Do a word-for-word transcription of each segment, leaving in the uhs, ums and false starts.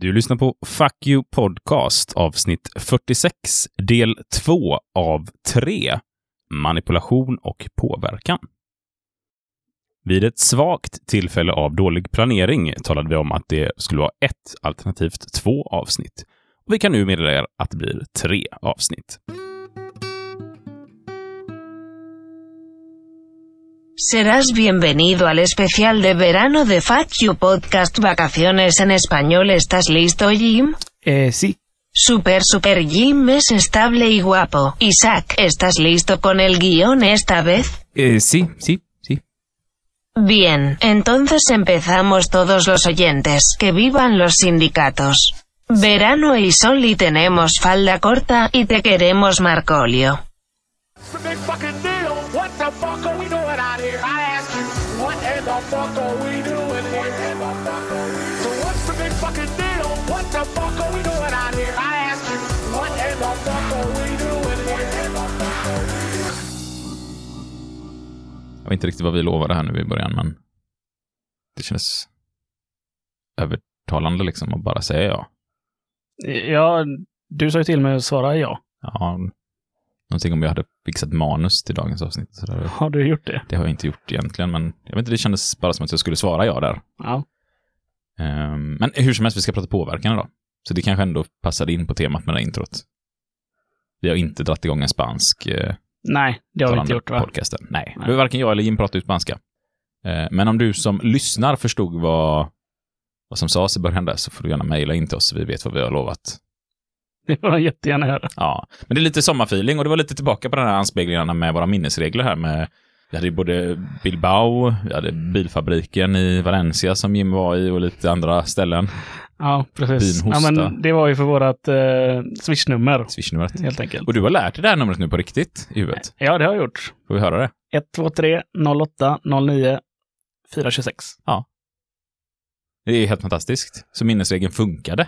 Du lyssnar på Fuck You Podcast avsnitt fyrtiosex, del två av tre, manipulation och påverkan. Vid ett svagt tillfälle av dålig planering talade vi om att det skulle vara ett alternativt två avsnitt. Och vi kan nu meddela er att det blir tre avsnitt. Serás bienvenido al especial de verano de Fuck You Podcast Vacaciones en español. ¿Estás listo, Jim? Eh, sí. Super super Jim es estable y guapo. Isaac, ¿estás listo con el guión esta vez? Eh, sí, sí, sí. Bien, entonces empezamos todos los oyentes. Que vivan los sindicatos. Verano y sol y tenemos falda corta y te queremos, Marcolio. Jag vet inte riktigt vad vi lovade här nu i början, men det känns övertalande liksom att bara säga ja. Ja, du sa ju till mig att svara ja. Ja, någonting om jag hade fixat manus till dagens avsnitt. Så där. Har du gjort det? Det har jag inte gjort egentligen, men jag vet inte, det kändes bara som att jag skulle svara ja där. Ja. Um, men hur som helst, vi ska prata påverkan idag. Så det kanske ändå passade in på temat med det introt. Vi har inte dratt igång en spansk eh, Nej, det har vi inte gjort, va? Podcasten. Nej, Nej. Varken jag eller Jim pratar ut spanska. Uh, men om du som lyssnar förstod vad, vad som sades i början där, så får du gärna mejla in till oss så vi vet vad vi har lovat. Det får de jättegärna höra. Ja, men det är lite sommarfeeling och det var lite tillbaka på den här anspeglingarna med våra minnesregler här med, vi hade ju både Bilbao, vi hade bilfabriken i Valencia som Jim var i och lite andra ställen. Ja, precis. Ja, men det var ju för vårat eh, swishnummer. Swishnumret. Helt enkelt. Och du har lärt dig det här numret nu på riktigt i huvudet? Ja, det har jag gjort. Får vi höra det? ett två tre noll åtta noll nio fyra två sex. Ja. Det är helt fantastiskt. Så minnesregeln funkade.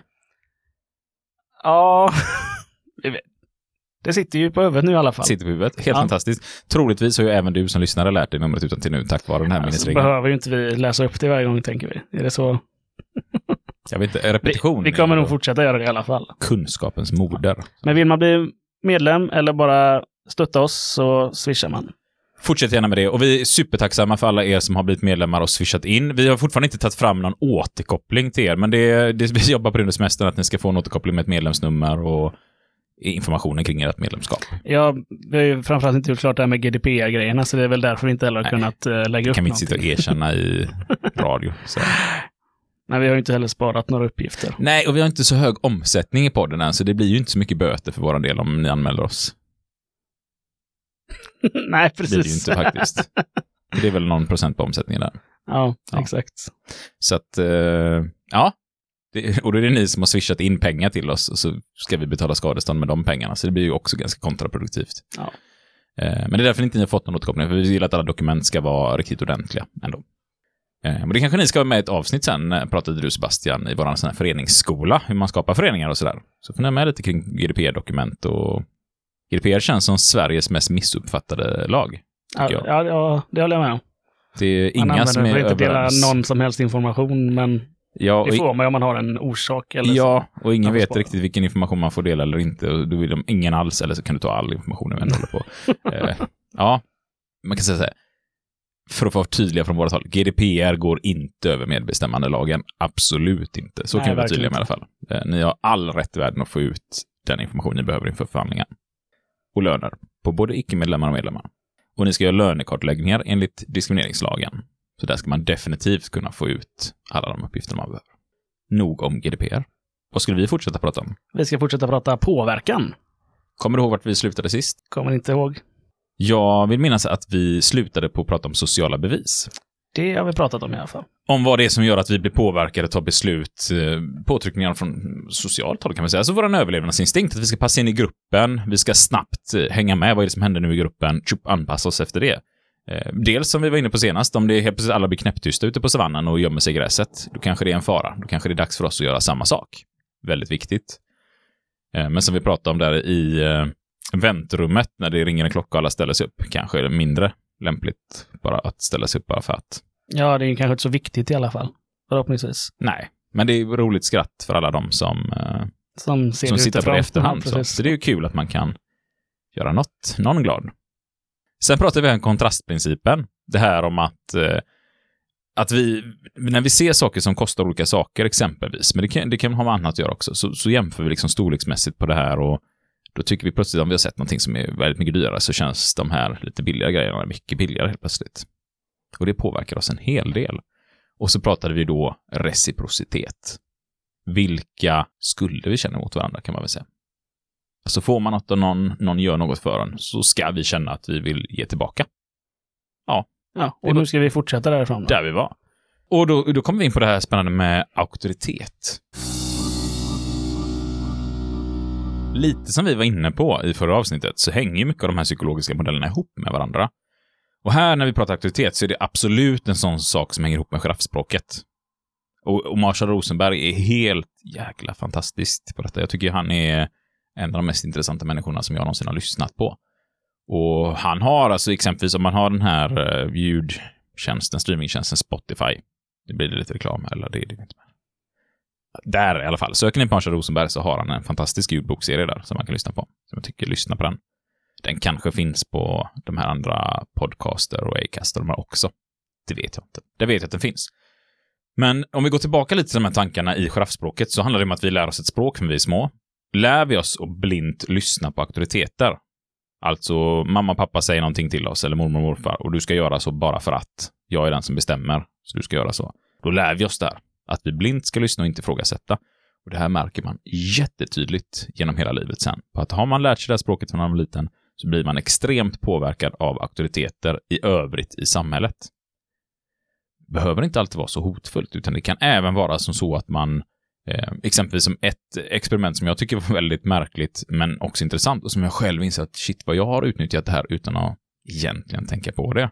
Ja, det sitter ju på huvudet nu i alla fall. Sitter på huvudet, helt ja. fantastiskt. Troligtvis har ju även du som lyssnare lärt dig numret utan till nu tack vare den här alltså, minnesregeln. Behöver ju inte vi läsa upp det varje gång, tänker vi. Är det så? Jag vet inte, repetition. Vi, vi kommer nog fortsätta göra det i alla fall. Kunskapens moder. Men vill man bli medlem eller bara stötta oss så swishar man. Fortsätt gärna med det. Och vi är supertacksamma för alla er som har blivit medlemmar och swishat in. Vi har fortfarande inte tagit fram någon återkoppling till er. Men det, det, vi jobbar på det under semestern att ni ska få en återkoppling med ett medlemsnummer och informationen kring ert medlemskap. Ja, vi har ju framförallt inte gjort klart det här med G D P R-grejerna. Så det är väl därför vi inte heller har Nej, kunnat uh, lägga upp någonting. kan vi inte sitta och erkänna i radio. Så. Nej, vi har ju inte heller sparat några uppgifter. Nej, och vi har inte så hög omsättning i podden än. Så det blir ju inte så mycket böter för våran del om ni anmäler oss. Nej, precis. Det är ju inte faktiskt. Det är väl någon procent på omsättningen där. Ja, ja. exakt. Så att, uh, ja. Det, och då är det ni som har swishat in pengar till oss och så ska vi betala skadestånd med de pengarna. Så det blir ju också ganska kontraproduktivt. Ja. Uh, men det är därför inte ni har fått någon återkoppling. För vi vill att alla dokument ska vara riktigt ordentliga ändå. Uh, men det kanske ni ska vara med i ett avsnitt sen, pratade du Sebastian i våran sån här föreningsskola. Hur man skapar föreningar och sådär. Så får ni med lite kring G D P R-dokument och G D P R känns som Sveriges mest missuppfattade lag. Ja, ja, ja, det håller jag med om. Det är man inga som är får inte överens. dela någon som helst information, men ja, det får man om man har en orsak. Eller ja, så. Och ingen vet spara. riktigt vilken information man får dela eller inte. Och då vill de ingen alls, eller så kan du ta all information du håller på. eh, ja, man kan säga så här. För att vara tydliga från våra håll. G D P R går inte över medbestämmandelagen. Absolut inte. Så Nej, kan vi vara tydliga inte. med i alla fall. Eh, ni har all rätt i världen att få ut den information ni behöver inför förhandlingen. Och löner på både icke-medlemmar och medlemmar. Och ni ska göra lönekartläggningar enligt diskrimineringslagen. Så där ska man definitivt kunna få ut alla de uppgifter man behöver. Nog om G D P R. Vad skulle vi fortsätta prata om? Vi ska fortsätta prata påverkan. Kommer du ihåg vart vi slutade sist? Kommer inte ihåg. Jag vill minnas att vi slutade på att prata om sociala bevis. Det har vi pratat om i alla fall. Om vad det är som gör att vi blir påverkade, tar beslut, påtryckningar från socialt håll kan man säga. Alltså vår överlevnadsinstinkt, att vi ska passa in i gruppen, vi ska snabbt hänga med, vad är det som händer nu i gruppen, tjup, anpassa oss efter det. Dels som vi var inne på senast, om det är helt plötsligt alla blir knäpptysta ute på savannen och gömmer sig i gräset, då kanske det är en fara. Då kanske det är dags för oss att göra samma sak. Väldigt viktigt. Men som vi pratade om där i väntrummet, när det ringer en klocka och alla ställer sig upp, kanske är det mindre lämpligt bara att ställa sig upp bara för att. Ja, det är kanske inte så viktigt i alla fall, förhoppningsvis. Nej, Men det är roligt skratt för alla de som, eh, Som, ser som sitter på det i efterhand. Ja, så. så det är ju kul att man kan göra något, någon glad. Sen pratar vi om kontrastprincipen. Det här om att, eh, att vi, när vi ser saker som kostar olika saker exempelvis, men det kan, det kan ha med annat att göra också, så, så jämför vi liksom storleksmässigt på det här och då tycker vi plötsligt om vi har sett någonting som är väldigt mycket dyrare så känns de här lite billigare grejerna mycket billigare helt plötsligt. Och det påverkar oss en hel del. Och så pratade vi då reciprocitet. Vilka skulder vi känner mot varandra kan man väl säga. Alltså får man något och någon, någon gör något för en så ska vi känna att vi vill ge tillbaka. Ja. Ja, och nu ska vi fortsätta därifrån. Då. Där vi var. Och då, då kommer vi in på det här spännande med auktoritet. Lite som vi var inne på i förra avsnittet så hänger ju mycket av de här psykologiska modellerna ihop med varandra. Och här när vi pratar auktoritet så är det absolut en sån sak som hänger ihop med giraffspråket. Och, och Marshall Rosenberg är helt jäkla fantastisk på detta. Jag tycker han är en av de mest intressanta människorna som jag någonsin har lyssnat på. Och han har alltså exempelvis om man har den här uh, ljudtjänsten, streamingtjänsten Spotify. Det blir det lite reklam eller det är det inte. Där i alla fall. Söker ni på Marshall Rosenberg så har han en fantastisk ljudbokserie där som man kan lyssna på. Så jag tycker lyssna på den. Den kanske finns på de här andra podcaster och Acast och de här också. Det vet jag inte. Det vet jag att den finns. Men om vi går tillbaka lite till de här tankarna i giraffspråket så handlar det om att vi lär oss ett språk när vi är små. Lär vi oss att blint lyssna på auktoriteter. Alltså mamma och pappa säger någonting till oss eller mormor och morfar och du ska göra så bara för att jag är den som bestämmer så du ska göra så. Då lär vi oss där att vi blint ska lyssna och inte ifrågasätta. Och det här märker man jättetydligt genom hela livet sen. På att har man lärt sig det här språket från när man var liten så blir man extremt påverkad av auktoriteter i övrigt i samhället. Behöver inte alltid vara så hotfullt utan det kan även vara som så att man eh, exempelvis som ett experiment som jag tycker var väldigt märkligt men också intressant och som jag själv inser att shit vad jag har utnyttjat det här utan att egentligen tänka på det.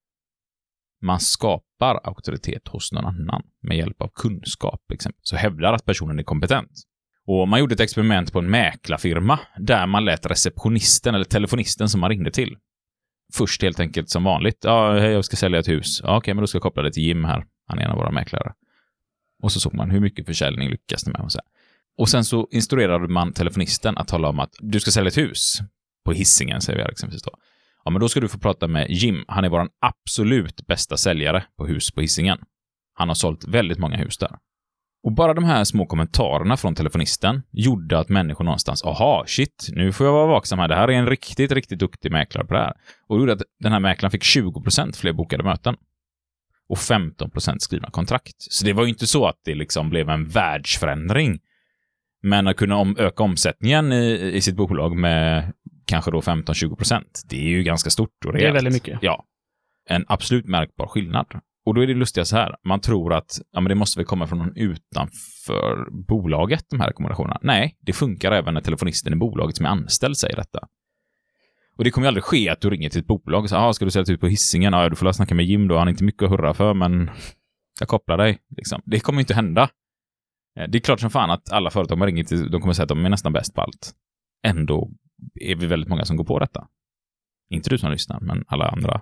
Man skapar auktoritet hos någon annan med hjälp av kunskap exempelvis så hävdar att personen är kompetent. Och man gjorde ett experiment på en mäklarfirma där man lät receptionisten eller telefonisten som man ringde till. Först helt enkelt som vanligt. Ja, hej, jag ska sälja ett hus. Ja, okej, men då ska jag koppla det till Jim här. Han är en av våra mäklare. Och så såg man hur mycket försäljning lyckas det med. Och, så. och sen så instruerade man telefonisten att tala om att du ska sälja ett hus på Hisingen, säger vi exempelvis då. Ja, men då ska du få prata med Jim. Han är vår absolut bästa säljare på hus på Hisingen. Han har sålt väldigt många hus där. Och bara de här små kommentarerna från telefonisten gjorde att människor någonstans, aha, shit, nu får jag vara vaksam här. Det här är en riktigt, riktigt duktig mäklare på det här. Och det gjorde att den här mäklaren fick tjugo procent fler bokade möten. Och femton procent skrivna kontrakt. Så det var ju inte så att det liksom blev en världsförändring. Men att kunna om, öka omsättningen i, i sitt bolag med kanske då femton till tjugo procent. Det är ju ganska stort och rejält. Det är väldigt mycket. Ja, en absolut märkbar skillnad. Och då är det lustiga så här. Man tror att ja, men det måste väl komma från någon utanför bolaget, de här rekommendationerna. Nej, det funkar även när telefonisten i bolaget som är anställd säger detta. Och det kommer ju aldrig ske att du ringer till ett bolag och säger, ah, ska du sälja ut på Hisingen? Ja, du får snacka med Jim då. Han är inte mycket att hurra för, men jag kopplar dig. Liksom. Det kommer ju inte hända. Det är klart som fan att alla företag man ringer till, de kommer säga att de är nästan bäst på allt. Ändå är vi väldigt många som går på detta. Inte du som lyssnar, men alla andra.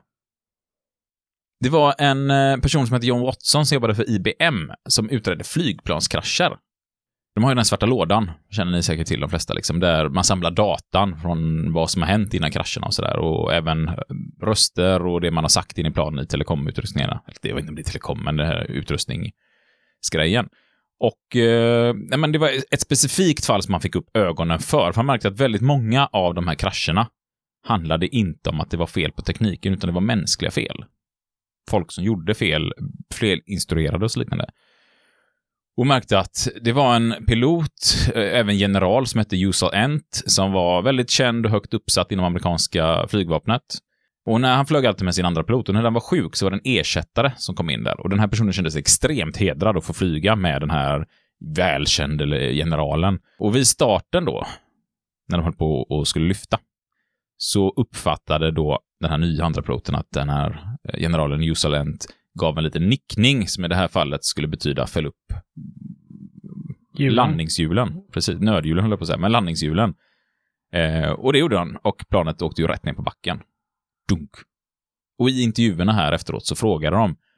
Det var en person som heter John Watson som jobbade för I B M som utredde flygplanskrascher. De har ju den svarta lådan, känner ni säkert till de flesta, liksom, där man samlar datan från vad som har hänt innan krascherna och sådär. Och även röster och det man har sagt in i planen i telekomutrustningarna. Det var inte om det är telekom, men det här utrustningsgrejen. Och eh, nej, men det var ett specifikt fall som man fick upp ögonen för. För man märkte att väldigt många av de här krascherna handlade inte om att det var fel på tekniken, utan det var mänskliga fel. Folk som gjorde fel, fel instruerade och så liknande. Och märkte att det var en pilot, även general som hette Usul Ent, som var väldigt känd och högt uppsatt inom amerikanska flygvapnet. Och när han flög alltid med sin andra pilot och när han var sjuk så var det en ersättare som kom in där. Och den här personen kände sig extremt hedrad att få flyga med den här välkände generalen. Och vid starten då, när de höll på och skulle lyfta, så uppfattade då den här nya andra piloten att den här generalen Usul Ent gav en liten nickning som i det här fallet skulle betyda fäll upp Hjulen. landningshjulen. Precis, nödhjulen höll jag på att säga, men landningshjulen. Eh, och det gjorde han och planet åkte ju rätt ner på backen. Dunk. Och i intervjuerna här efteråt så frågade de då,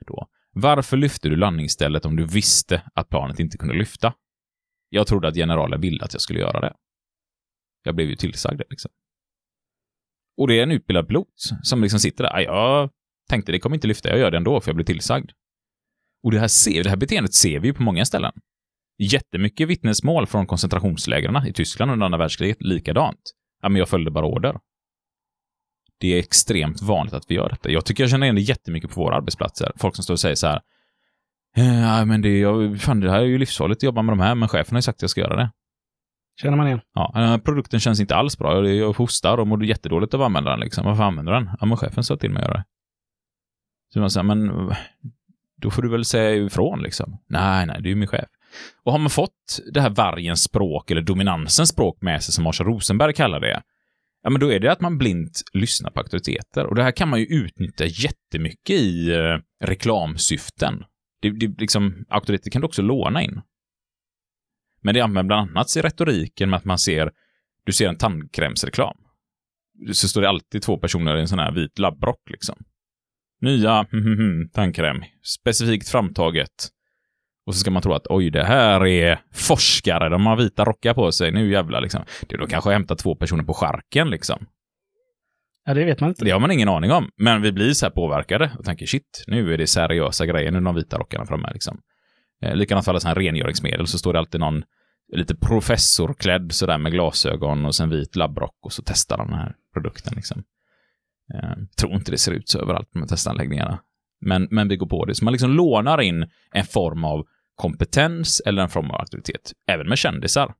Varför lyfte du landningsstället om du visste att planet inte kunde lyfta? Jag trodde att generalen ville att jag skulle göra det. Jag blev ju tillsagd liksom. Och det är en utbildad pilot som liksom sitter där. Jag tänkte det kommer inte lyfta, jag gör det ändå för jag blev tillsagd. Och det här, ser, det här beteendet ser vi ju på många ställen. Jättemycket vittnesmål från koncentrationslägren i Tyskland under andra världskriget, likadant. Ja, men jag följde bara order. Det är extremt vanligt att vi gör detta. Jag tycker jag känner igen det jättemycket på våra arbetsplatser. Folk som står och säger så här: ja, men det, jag, fan, det här är ju livsfarligt att jobba med de här, men chefen har ju sagt att jag ska göra det. Känner man igen? Ja, produkten känns inte alls bra. Jag, jag hostar och mår jättedåligt av att använda den. Liksom. Varför använder den? Ja, men chefen sa till mig att göra det. Så man säger, men då får du väl säga ifrån liksom. Nej, nej, det är ju min chef. Och har man fått det här vargens språk eller dominansens språk med sig som Marshall Rosenberg kallar det, ja, men då är det att man blint lyssnar på auktoriteter. Och det här kan man ju utnyttja jättemycket i eh, reklamsyften. Det, det, liksom, auktoriteter kan du också låna in. Men det använder bland annat i retoriken med att man ser, du ser en tandkrämsreklam. Så står det alltid två personer i en sån här vit labbrock liksom. Nya hm, hm, hm, tandkräm, specifikt framtaget. Och så ska man tro att oj, det här är forskare, de har vita rockar på sig, nu jävlar liksom. Det är då kanske hämta två personer på skärken liksom. Ja, det vet man inte. Det har man ingen aning om. Men vi blir så här påverkade och tänker shit, nu är det seriösa grejer, nu är de vita rockarna framme liksom. Eh, likadant för alla sådana här rengöringsmedel så står det alltid någon lite professorklädd sådär med glasögon och sen vit labbrock och så testar de den här produkten liksom. Eh, tror inte det ser ut så överallt med testanläggningarna. Men, men vi går på det. Så man liksom lånar in en form av kompetens eller en form av auktoritet. Även med kändisar.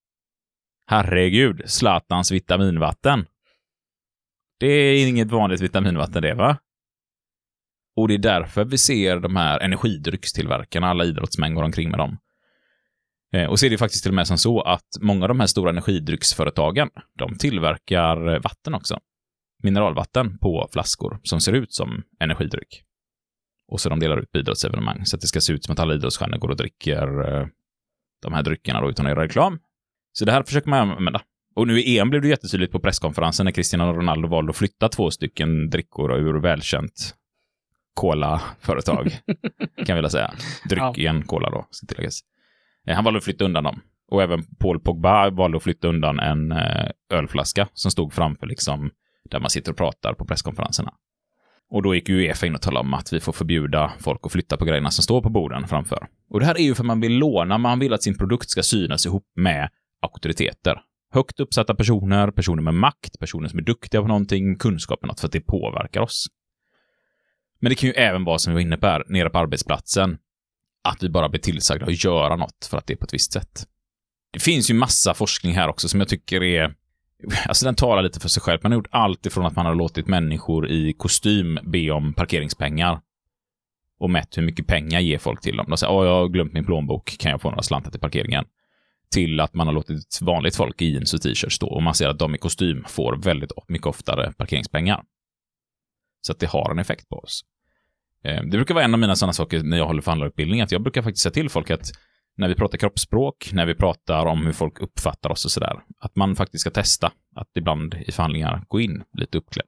Herregud, Zlatans vitaminvatten. Det är inget vanligt vitaminvatten det, va? Och det är därför vi ser de här energidryckstillverkarna, alla idrottsmän går omkring med dem. Eh, och så är det faktiskt till och med som så att många av de här stora energidrycksföretagen, de tillverkar vatten också. Mineralvatten på flaskor som ser ut som energidryck. Och så de delar ut idrottsevenemang så att det ska se ut som att alla idrottsstjärnor går och dricker eh, de här dryckerna då utan att göra reklam. Så det här försöker man använda. Och nu i E M blev det jättetydligt på presskonferensen när Cristiano Ronaldo valde att flytta två stycken drickor ur välkänt cola-företag, kan jag vilja säga. Drycken ja. Cola då, ska tilläggas. Eh, han valde att flytta undan dem. Och även Paul Pogba valde att flytta undan en eh, ölflaska som stod framför liksom där man sitter och pratar på presskonferenserna. Och då gick ju UEFA in och talade om att vi får förbjuda folk att flytta på grejerna som står på borden framför. Och det här är ju för att man vill låna, man vill att sin produkt ska synas ihop med auktoriteter. Högt uppsatta personer, personer med makt, personer som är duktiga på någonting, kunskapen något för att det påverkar oss. Men det kan ju även vara som vi var inne på här, nere på arbetsplatsen, att vi bara blir tillsagda att göra något för att det är på ett visst sätt. Det finns ju massa forskning här också som jag tycker är, alltså den talar lite för sig själv. Man har gjort allt ifrån att man har låtit människor i kostym be om parkeringspengar och mätt hur mycket pengar ger folk till dem. De säger, åh, jag har glömt min plånbok, kan jag få några slantar till parkeringen? Till att man har låtit vanligt folk i jeans och t-shirts stå och man ser att de i kostym får väldigt mycket oftare parkeringspengar. Så att det har en effekt på oss. Det brukar vara en av mina sådana saker när jag håller förhandlarutbildning, att jag brukar faktiskt säga till folk att när vi pratar kroppsspråk, när vi pratar om hur folk uppfattar oss och sådär, att man faktiskt ska testa att ibland i förhandlingar gå in lite uppklädd.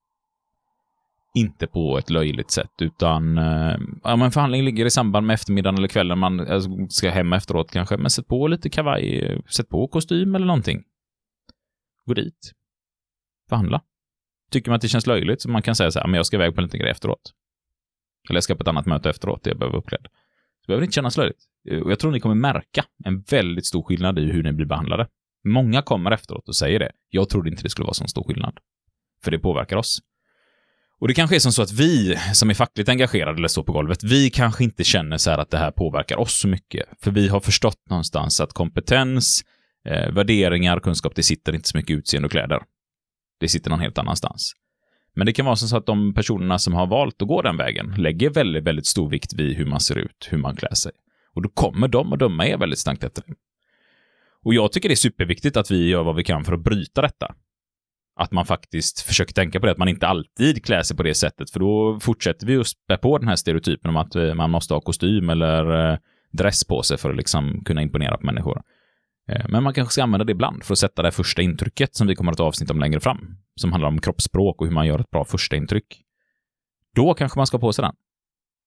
Inte på ett löjligt sätt, utan om en förhandling ligger i samband med eftermiddagen eller kvällen, man ska hem efteråt kanske, men sätt på lite kavaj, sätt på kostym eller någonting. Gå dit. Förhandla. Tycker man att det känns löjligt så man kan säga så här, men jag ska iväg på en liten grej efteråt. Eller jag ska på ett annat möte efteråt, jag behöver uppklädd. Det behöver inte kännas löjligt. Och jag tror ni kommer märka en väldigt stor skillnad i hur ni blir behandlade. Många kommer efteråt och säger det. Jag trodde inte det skulle vara så stor skillnad. För det påverkar oss. Och det kanske är som så att vi som är fackligt engagerade eller står på golvet, vi kanske inte känner så här att det här påverkar oss så mycket. För vi har förstått någonstans att kompetens, eh, värderingar, kunskap, det sitter inte så mycket utseende och kläder. Det sitter någon helt annanstans. Men det kan vara så att de personerna som har valt att gå den vägen lägger väldigt, väldigt stor vikt vid hur man ser ut, hur man klär sig. Och då kommer de att döma er väldigt starkt efter det. Och jag tycker det är superviktigt att vi gör vad vi kan för att bryta detta. Att man faktiskt försöker tänka på det, att man inte alltid klär sig på det sättet. För då fortsätter vi att spä på den här stereotypen om att man måste ha kostym eller dress på sig för att liksom kunna imponera på människor. Men man kanske ska använda det ibland för att sätta det första intrycket som vi kommer att ta avsnitt om längre fram. Som handlar om kroppsspråk och hur man gör ett bra första intryck. Då kanske man ska ha på sig den.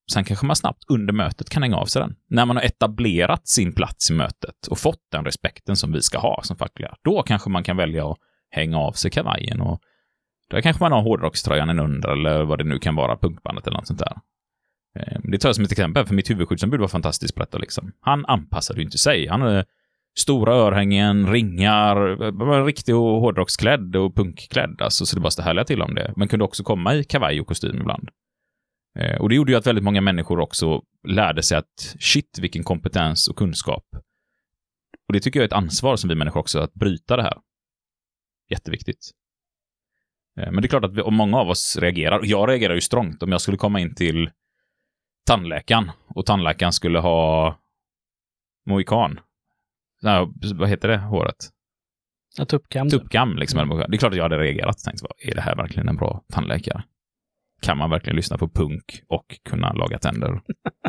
Sen kanske man snabbt under mötet kan hänga av sig den. När man har etablerat sin plats i mötet och fått den respekten som vi ska ha som fackliga, då kanske man kan välja att hänga av sig kavajen och där kanske man har hårdrockströjan en under eller vad det nu kan vara, punkbandet eller något sånt där. Det tar jag som ett exempel, för mitt huvudskyddsombud var fantastiskt på detta liksom. Han anpassade ju inte sig. Han hade stora örhängen, ringar, var riktigt hårdrocksklädd och punkklädd, alltså, så det bara stod härliga till om det. Men kunde också komma i kavaj och kostym ibland. Och det gjorde ju att väldigt många människor också lärde sig att shit, vilken kompetens och kunskap. Och det tycker jag är ett ansvar som vi människor också, att bryta det här. Jätteviktigt. Men det är klart att vi, om många av oss reagerar, och jag reagerar ju strångt om jag skulle komma in till tandläkaren och tandläkaren skulle ha mohikan. Nej, vad heter det, håret? Ja, tuppkam. Tuppkam, liksom. Det är klart att jag hade reagerat och tänkt, är det här verkligen en bra tandläkare? Kan man verkligen lyssna på punk och kunna laga tänder?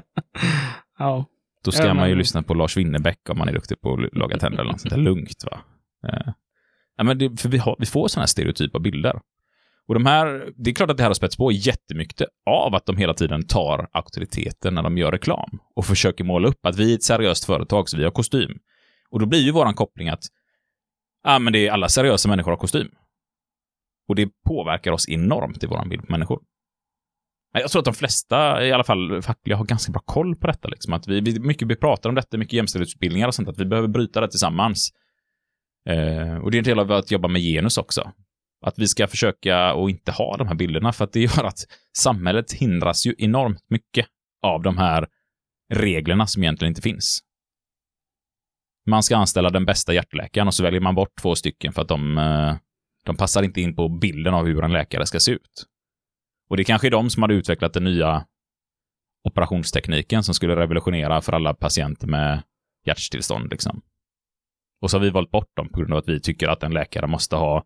Ja. Då ska ja, men... man ju lyssna på Lars Winnerbäck om man är duktig på att laga tänder eller något sånt där lugnt, va? Eh. Ja, men det, för vi, har, vi får sådana här stereotypa bilder. Och de här, det är klart att det här har spätts på jättemycket av att de hela tiden tar auktoriteten när de gör reklam och försöker måla upp att vi är ett seriöst företag så vi har kostym. Och då blir ju våran koppling att ja, men det är alla seriösa människor har kostym. Och det påverkar oss enormt i våran bild på människor. Jag tror att de flesta, i alla fall fackliga, har ganska bra koll på detta. Liksom. Att vi, vi, mycket vi pratar om detta, mycket jämställdhetsutbildningar och sånt, att vi behöver bryta det tillsammans. Eh, och det är en del av att jobba med genus också. Att vi ska försöka och inte ha de här bilderna, för att det gör att samhället hindras ju enormt mycket av de här reglerna som egentligen inte finns. Man ska anställa den bästa hjärtläkaren och så väljer man bort två stycken för att de, de passar inte in på bilden av hur en läkare ska se ut. Och det är kanske är de som hade utvecklat den nya operationstekniken som skulle revolutionera för alla patienter med hjärtstillstånd. Liksom. Och så har vi valt bort dem på grund av att vi tycker att en läkare måste ha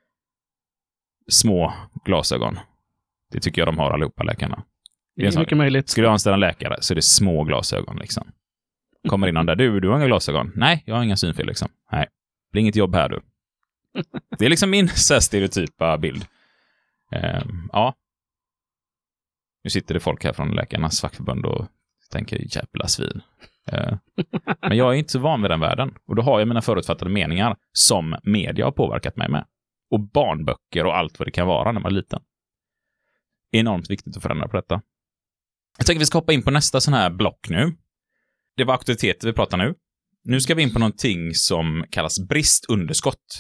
små glasögon. Det tycker jag de har allihopa, läkarna. Det är, det är mycket möjligt. Skulle jag anställa en läkare så är det små glasögon liksom. Kommer innan där, du, du har inga glasögon. Nej, jag har inga synfel liksom. Nej, det blir inget jobb här du. Det är liksom min så här stereotypa bild. Um, ja. Nu sitter det folk här från läkarnas fackförbund och tänker jävla svin. Uh, men jag är inte så van vid den världen. Och då har jag mina förutfattade meningar som media har påverkat mig med. Och barnböcker och allt vad det kan vara när man är liten. Enormt viktigt att förändra på detta. Jag tänker att vi ska hoppa in på nästa sån här block nu. Det var auktoriteter vi pratar nu. Nu ska vi in på någonting som kallas bristunderskott.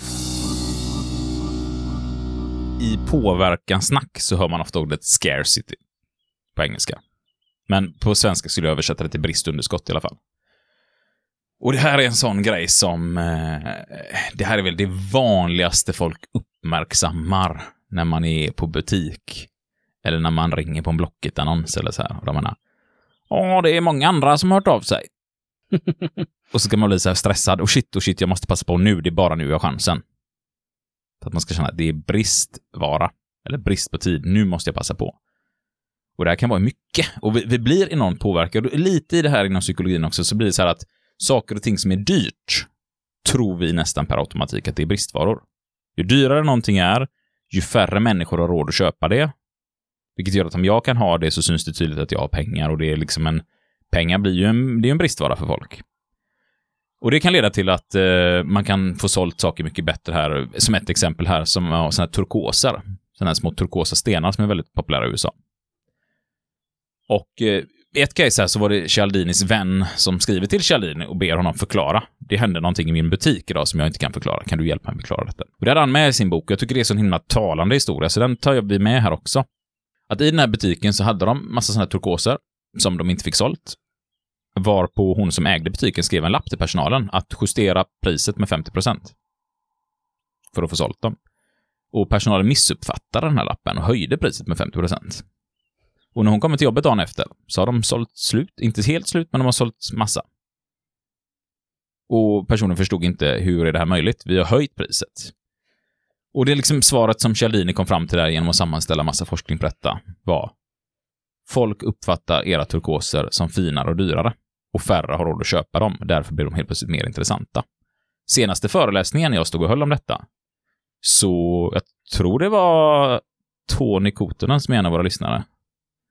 I påverkansnack så hör man ofta ordet scarcity på engelska. Men på svenska skulle jag översätta det till bristunderskott i alla fall. Och det här är en sån grej som eh, det här är väl det vanligaste folk uppmärksammar när man är på butik eller när man ringer på en Blocket-annons eller så här. Och de menar, ja, det är många andra som har hört av sig. Och så kan man bli så här stressad. Och shit, och shit, jag måste passa på nu. Det är bara nu jag har chansen. För att man ska känna att det är bristvara. Eller brist på tid. Nu måste jag passa på. Och det här kan vara mycket. Och vi, vi blir enormt påverkade. Och lite i det här inom psykologin också så blir det så här att saker och ting som är dyrt tror vi nästan per automatik att det är bristvaror. Ju dyrare någonting är, ju färre människor har råd att köpa det. Vilket gör att om jag kan ha det så syns det tydligt att jag har pengar. Och det är liksom en... Pengar blir ju en, det är en bristvara för folk. Och det kan leda till att eh, man kan få sålt saker mycket bättre här. Som ett exempel här, som har såna här turkoser. Såna här små turkosa stenar som är väldigt populära i U S A. Och eh, i ett case här så var det Cialdinis vän som skriver till Cialdini och ber honom förklara. Det hände någonting i min butik idag som jag inte kan förklara. Kan du hjälpa mig förklara detta? Och det hade han med i sin bok. Jag tycker det är så en himla talande historia, så den tar vi med här också. Att i den här butiken så hade de massa såna här turkoser som de inte fick sålt. Varpå hon som ägde butiken skrev en lapp till personalen att justera priset med femtio procent. För att få sålt dem. Och personalen missuppfattade den här lappen och höjde priset med femtio procent. Och när hon kommer till jobbet dagen efter så har de sålt slut. Inte helt slut, men de har sålt massa. Och personen förstod inte hur är det här möjligt. Vi har höjt priset. Och det är liksom svaret som Cialdini kom fram till där genom att sammanställa massa forskning på detta var: folk uppfattar era turkoser som finare och dyrare. Och färre har råd att köpa dem. Därför blir de helt plötsligt mer intressanta. Senaste föreläsningen jag stod och höll om detta, så jag tror det var Tony Kotonen som är en av våra lyssnare.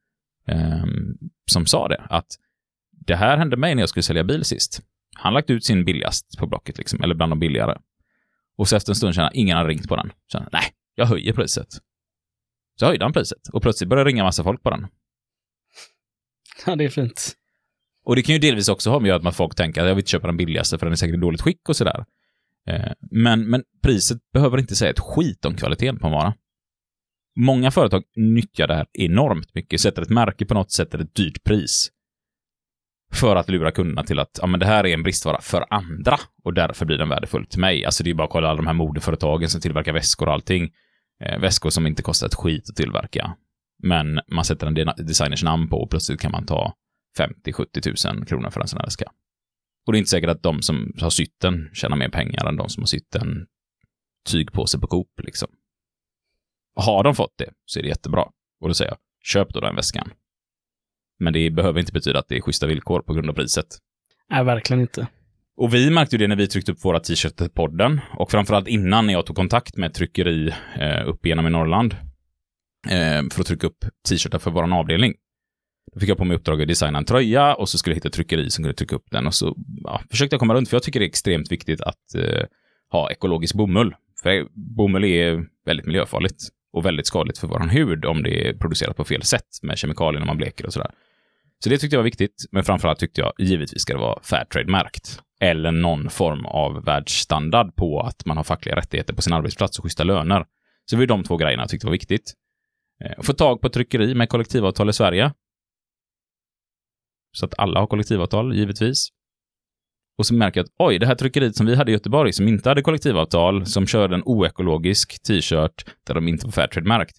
eh, som sa det, att det här hände mig när jag skulle sälja bil sist. Han lagt ut sin billigast på Blocket, liksom, eller bland de billigare. Och så efter en stund känner han, ingen har ringt på den. Så han, nej, jag höjer priset. Så höjde han priset. Och plötsligt började ringa massa folk på den. Ja, det är fint. Och det kan ju delvis också ha med att folk tänker att jag vill inte köpa den billigaste för den är säkert i dåligt skick och sådär. Men, men priset behöver inte säga ett skit om kvaliteten på en vara. Många företag nyttjar det här enormt mycket. Sätter ett märke på något, sätter ett dyrt pris. För att lura kunderna till att ja, men det här är en bristvara för andra. Och därför blir den värdefull till mig. Alltså det är bara att kolla alla de här modeföretagen som tillverkar väskor och allting. Eh, väskor som inte kostar ett skit att tillverka. Men man sätter en designers namn på och plötsligt kan man ta femtio till sjuttio tusen kronor för en sån här väska. Och det är inte säkert att de som har sytt den tjänar mer pengar än de som har sytt en tygpåse på Coop. Liksom. Har de fått det så är det jättebra. Och då säger jag, köp då den väskan. Men det behöver inte betyda att det är schyssta villkor på grund av priset. Nej, verkligen inte. Och vi märkte ju det när vi tryckte upp våra t-shirts i podden. Och framförallt innan när jag tog kontakt med ett tryckeri eh, upp igenom i Norrland. Eh, för att trycka upp t-shirtar för vår avdelning. Då fick jag på mig uppdrag att designa en tröja och så skulle jag hitta ett tryckeri som kunde trycka upp den. Och så ja, försökte jag komma runt för jag tycker det är extremt viktigt att eh, ha ekologisk bomull. För bomull är väldigt miljöfarligt och väldigt skadligt för vår hud om det är producerat på fel sätt med kemikalier när man bleker och sådär. Så det tyckte jag var viktigt, men framförallt tyckte jag givetvis ska det vara Fairtrade-märkt. Eller någon form av världsstandard på att man har fackliga rättigheter på sin arbetsplats och schyssta löner. Så det var de två grejerna jag tyckte var viktigt. Eh, få tag på ett tryckeri med kollektivavtal i Sverige. Så att alla har kollektivavtal, givetvis. Och så märker jag att oj, det här tryckeriet som vi hade i Göteborg som inte hade kollektivavtal, som körde en oekologisk t-shirt där de inte var Fairtrade-märkt.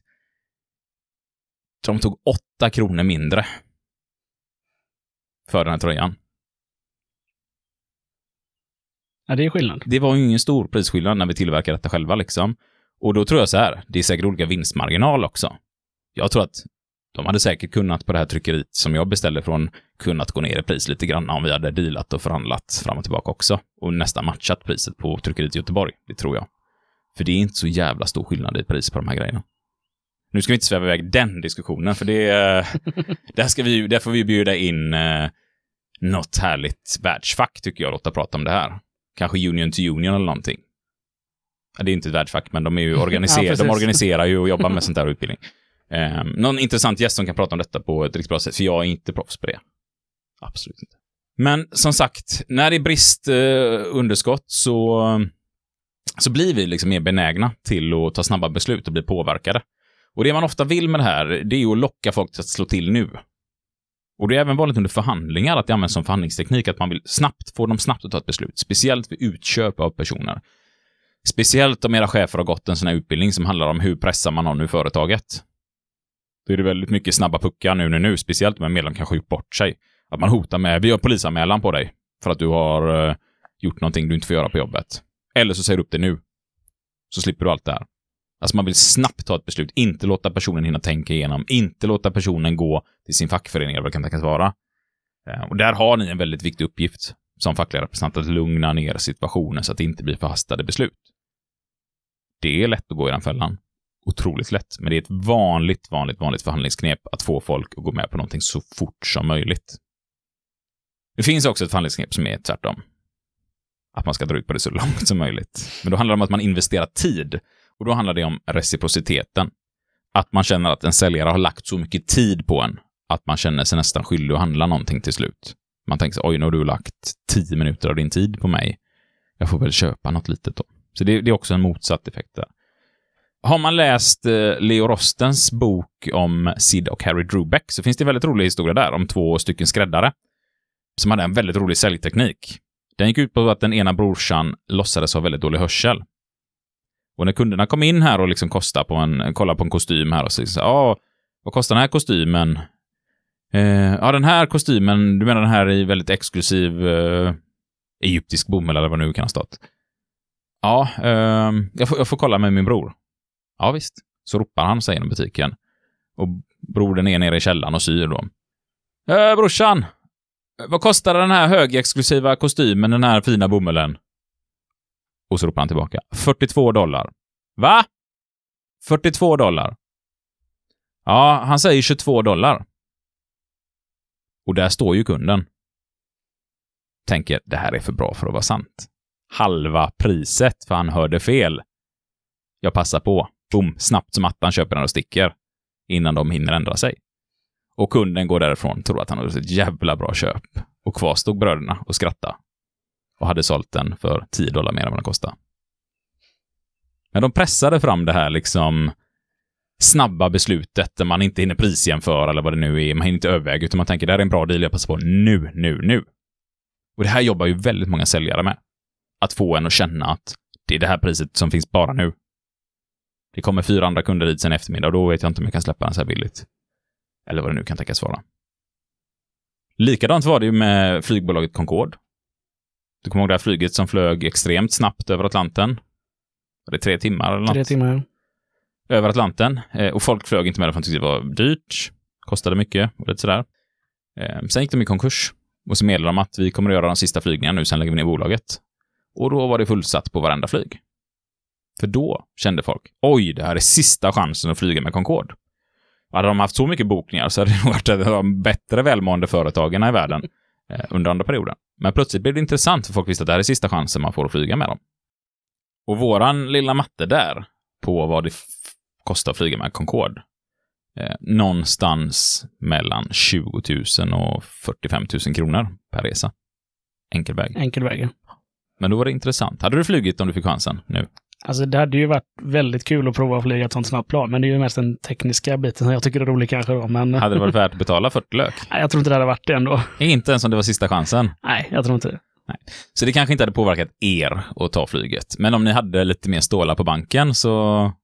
De tog åtta kronor mindre för den här tröjan. Ja, det är skillnad. Det var ju ingen stor prisskillnad när vi tillverkar detta själva liksom. Och då tror jag så här, det är säkert olika vinstmarginal också. Jag tror att de hade säkert kunnat på det här tryckeriet som jag beställde från kunnat gå ner i pris lite grann om vi hade dealat och förhandlat fram och tillbaka också. Och nästan matchat priset på tryckeriet i Göteborg, det tror jag. För det är inte så jävla stor skillnad i pris på de här grejerna. Nu ska vi inte sväva iväg den diskussionen, för det där, ska vi, där får vi bjuda in eh, något härligt världsfack tycker jag, låta prata om det här. Kanske Union to Union eller någonting. Ja, det är inte ett världsfack, men de är ju organiserade, ja, de organiserar ju och jobbar med sånt här utbildning. Eh, någon intressant gäst som kan prata om detta på ett riktigt bra sätt, för jag är inte proffs på det. Absolut inte. Men som sagt, när det är brist eh, underskott så, så blir vi liksom mer benägna till att ta snabba beslut och bli påverkade. Och det man ofta vill med det här, det är att locka folk till att slå till nu. Och det är även vanligt under förhandlingar att det används som förhandlingsteknik, att man vill snabbt få dem snabbt att ta ett beslut. Speciellt vid utköp av personer. Speciellt om era chefer har gått en sån här utbildning som handlar om hur pressar man någon ur företaget. Då är det väldigt mycket snabba puckar nu, nu, nu. Speciellt om en medlem kanske gjort bort sig. Att man hotar med, vi har polisanmälan på dig. För att du har uh, gjort någonting du inte får göra på jobbet. Eller så säger du upp det nu. Så slipper du allt det här. Alltså man vill snabbt ta ett beslut. Inte låta personen hinna tänka igenom. Inte låta personen gå till sin fackförening eller vad det kan tänkas vara. Uh, och där har ni en väldigt viktig uppgift som fackliga representanter att lugna ner situationen så att det inte blir förhastade beslut. Det är lätt att gå i den fällan. Otroligt lätt. Men det är ett vanligt, vanligt, vanligt förhandlingsknep att få folk att gå med på någonting så fort som möjligt. Det finns också ett förhandlingsknep som är tvärtom. Att man ska dra ut på det så långt som möjligt. Men då handlar det om att man investerar tid. Och då handlar det om reciprociteten. Att man känner att en säljare har lagt så mycket tid på en att man känner sig nästan skyldig att handla någonting till slut. Man tänker sig, oj, nu har du lagt tio minuter av din tid på mig. Jag får väl köpa något litet då. Så det, det är också en motsatt effekt där. Har man läst eh, Leo Rostens bok om Sid och Harry Drubeck så finns det en väldigt rolig historia där om två stycken skräddare som hade en väldigt rolig säljteknik. Den gick ut på att den ena brorsan låtsades ha väldigt dålig hörsel. Och när kunderna kom in här och liksom kostade på en, kollade på en kostym här och så sa, ja, vad kostar den här kostymen? Eh, ja, den här kostymen, du menar den här i väldigt exklusiv eh, egyptisk bomull eller vad nu kan ha stått. Ja, eh, jag, får, jag får kolla med min bror. Ja visst, så ropar han sig inom butiken. Och brodern är nere i källaren och syr då. Äh, brorsan, vad kostar den här högexklusiva kostymen, den här fina bomullen? Och så ropar han tillbaka. fyrtiotvå dollar. Va? fyrtiotvå dollar? Ja, han säger tjugotvå dollar. Och där står ju kunden. Tänker, det här är för bra för att vara sant. Halva priset för han hörde fel. Jag passar på. Boom, snabbt som attan köper den och sticker. Innan de hinner ändra sig. Och kunden går därifrån, tror att han har gjort ett jävla bra köp. Och kvar stod bröderna och skrattade. Och hade sålt den för tio dollar mer än vad den kostade. Men de pressade fram det här liksom snabba beslutet där man inte hinner prisjämföra eller vad det nu är. Man hinner inte överväga utan man tänker, det här är en bra deal, jag passar på nu, nu, nu. Och det här jobbar ju väldigt många säljare med. Att få en att känna att det är det här priset som finns bara nu. Det kommer fyra andra kunder dit sen eftermiddag och då vet jag inte om jag kan släppa den så här billigt. Eller vad det nu kan tänkas vara. Likadant var det ju med flygbolaget Concorde. Du kommer ihåg det här flyget som flög extremt snabbt över Atlanten. Var det tre timmar eller något? Tre timmar, ja. Över Atlanten. Och folk flög inte med det för att de tyckte det var dyrt. Kostade mycket och lite sådär. Sen gick de i konkurs. Och så meddelade de att vi kommer att göra de sista flygningarna nu, sen lägger vi ner bolaget. Och då var det fullsatt på varenda flyg. För då kände folk, oj, det här är sista chansen att flyga med Concorde. Hade de haft så mycket bokningar så hade det varit ett av de bättre välmående företagen i världen eh, under andra perioden. Men plötsligt blev det intressant för folk visste att det här är sista chansen man får att flyga med dem. Och våran lilla matte där på vad det f- kostar att flyga med Concorde. Eh, någonstans mellan tjugo tusen och fyrtiofem tusen kronor per resa. Enkelväg. Enkelvägen. Men då var det intressant. Hade du flugit om du fick chansen nu? Alltså det hade ju varit väldigt kul att prova att flyga ett sånt snabbt plan, men det är ju mest den tekniska biten som jag tycker är rolig kanske då. Men... Hade det varit värt att betala fyrtio lök? Nej, jag tror inte det hade varit det ändå. Inte ens om det var sista chansen? Nej, jag tror inte det. Nej. Så det kanske inte hade påverkat er att ta flyget. Men om ni hade lite mer stålar på banken så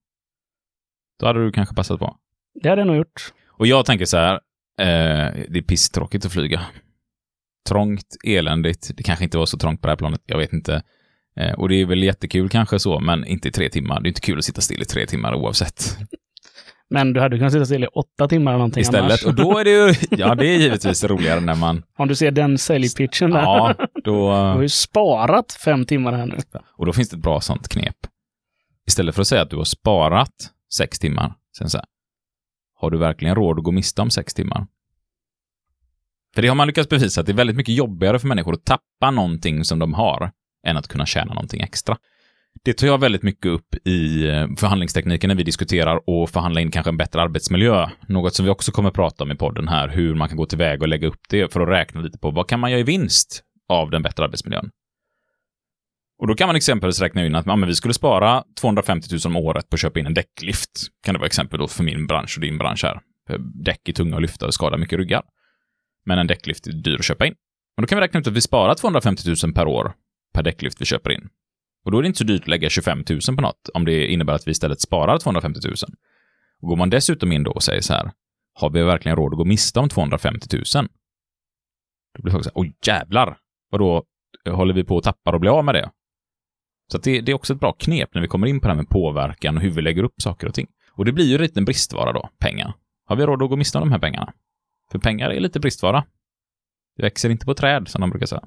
då hade du kanske passat på. Det hade jag nog gjort. Och jag tänker så här, eh, det är pisstråkigt att flyga. Trångt, eländigt. Det kanske inte var så trångt på det här planet, jag vet inte. Eh, och det är väl jättekul kanske så, men inte i tre timmar. Det är inte kul att sitta still i tre timmar oavsett. Men du hade kunnat sitta still i åtta timmar eller någonting istället. Annars. Och då är det ju, ja det är givetvis roligare när man... Om du ser den säljpitchen där. Ja, då... Du har ju sparat fem timmar här nu. Och då finns det ett bra sånt knep. Istället för att säga att du har sparat sex timmar, sen så här, har du verkligen råd att gå miste om sex timmar? För det har man lyckats bevisa att det är väldigt mycket jobbigare för människor att tappa någonting som de har än att kunna tjäna någonting extra. Det tar jag väldigt mycket upp i förhandlingstekniken när vi diskuterar och förhandla in kanske en bättre arbetsmiljö. Något som vi också kommer att prata om i podden här, hur man kan gå tillväga och lägga upp det för att räkna lite på vad kan man göra i vinst av den bättre arbetsmiljön. Och då kan man exempelvis räkna in att ja, men vi skulle spara tvåhundrafemtio tusen om året på att köpa in en däcklift. Kan det vara exempel då för min bransch och din bransch här. För däck är tunga att lyfta och skadar mycket ryggar. Men en däcklift är dyr att köpa in. Och då kan vi räkna ut att vi sparar tvåhundrafemtio tusen per år per däcklift vi köper in. Och då är det inte så dyrt att lägga tjugofem tusen på något om det innebär att vi istället sparar tvåhundrafemtio tusen. Och går man dessutom in då och säger så här, har vi verkligen råd att gå miste om tvåhundrafemtio tusen? Då blir folk så här, oj jävlar, vadå håller vi på att tappa och bli av med det? Så att det, det är också ett bra knep när vi kommer in på det här med påverkan och hur vi lägger upp saker och ting. Och det blir ju lite en bristvara då, pengar. Har vi råd att gå miste om de här pengarna? För pengar är lite bristvara. Det växer inte på träd, som de brukar säga.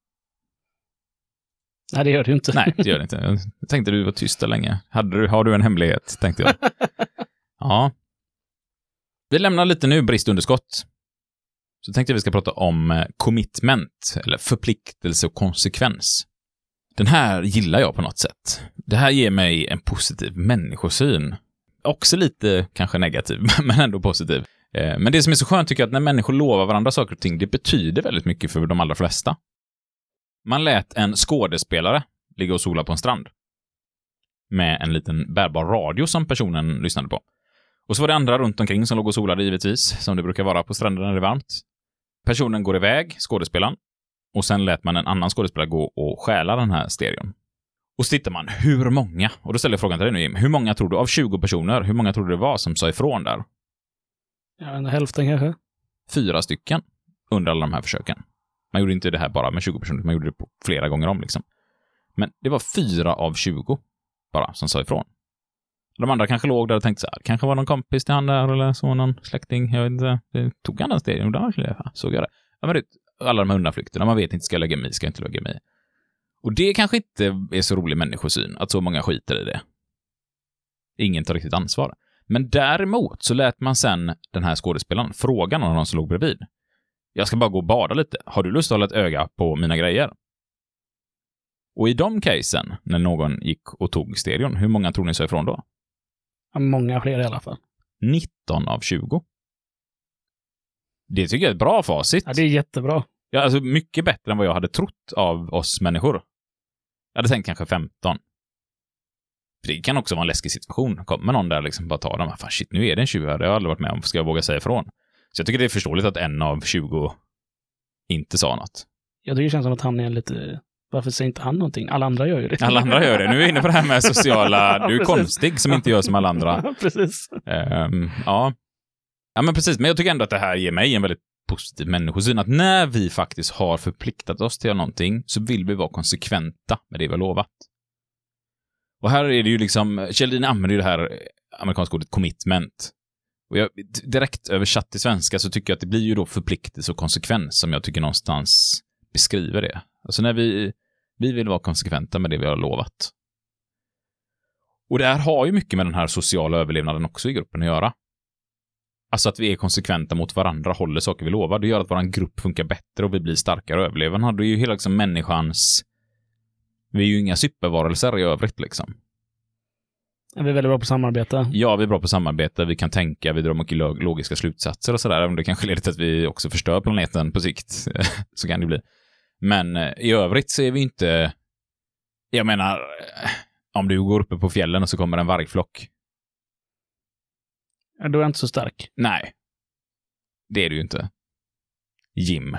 Nej, det gör det ju inte. Nej, det gör det inte. Jag tänkte du var tyst länge. Hade du, har du en hemlighet, tänkte jag. Ja. Vi lämnar lite nu bristunderskott. Så tänkte jag vi ska prata om commitment, eller förpliktelse och konsekvens. Den här gillar jag på något sätt. Det här ger mig en positiv människosyn. Också lite kanske negativ, men ändå positiv. Men det som är så skönt tycker jag att när människor lovar varandra saker och ting, det betyder väldigt mycket för de allra flesta. Man lät en skådespelare ligga och sola på en strand. Med en liten bärbar radio som personen lyssnade på. Och så var det andra runt omkring som låg och solade givetvis, som det brukar vara på stranden när det är varmt. Personen går iväg, skådespelaren. Och sen lät man en annan skådespelare gå och stjäla den här stereon. Och så tittar man, hur många? Och då ställer jag frågan till dig nu, Jim. Hur många tror du, av tjugo personer, hur många tror du det var som sa ifrån där? Ja, en hälften kanske. Fyra stycken under alla de här försöken. Man gjorde inte det här bara med tjugo personer, man gjorde det på flera gånger om liksom. Men det var fyra av tjugo bara som sa ifrån. De andra kanske låg där och tänkte så här, kanske var någon kompis till han där eller så, någon släkting, jag vet inte. Det tog han en stereon, där såg jag det. Ja, men det, alla de här undanflykterna, man vet inte, ska jag lägga mig, ska jag inte lägga mig. Och det kanske inte är så rolig människosyn, att så många skiter i det. Ingen tar riktigt ansvar. Men däremot så lät man sen den här skådespelaren fråga någon av de som låg bredvid. Jag ska bara gå och bada lite. Har du lust att hålla ett öga på mina grejer? Och i de casen, när någon gick och tog stereon, hur många tror ni sa ifrån då? Många fler i alla fall. nitton av tjugo. Det tycker jag är ett bra facit. Ja, det är jättebra. Ja, alltså mycket bättre än vad jag hade trott av oss människor. Jag hade tänkt kanske femton. För det kan också vara en läskig situation. Kommer någon där liksom bara ta dem. Fan shit, nu är det en tjugo här. Det har jag aldrig varit med om. Ska jag våga säga ifrån? Så jag tycker det är förståeligt att en av tjugo inte sa något. Jag tycker det känns som att han är lite... Varför säger inte han någonting? Alla andra gör ju det. Alla andra gör det. Nu är vi inne på det här med sociala... Du är konstig som inte gör som alla andra. Precis. Um, ja. Ja, men precis. Men jag tycker ändå att det här ger mig en väldigt positiv människosyn. Att när vi faktiskt har förpliktat oss till någonting så vill vi vara konsekventa med det vi har lovat. Och här är det ju liksom... Kjelldin använder ju det här amerikanska ordet commitment. Och jag, direkt översatt till svenska så tycker jag att det blir ju då förpliktelse och konsekvens som jag tycker någonstans beskriver det. Alltså när vi, vi vill vara konsekventa med det vi har lovat. Och det här har ju mycket med den här sociala överlevnaden också i gruppen att göra. Alltså att vi är konsekventa mot varandra, håller saker vi lovar. Det gör att vår grupp funkar bättre och vi blir starkare överlevande. Det är ju hela liksom människans... Vi är ju inga supervarelser i övrigt liksom. Är vi väldigt bra på samarbete? Ja, vi är bra på samarbete. Vi kan tänka, vi drar mycket logiska slutsatser och sådär. Om det kanske leder till att vi också förstör planeten på sikt. Så kan det bli. Men i övrigt så är vi inte... Jag menar, om du går uppe på fjällen och så kommer en vargflock. Ja, då är jag inte så stark. Nej. Det är du ju inte. Jim.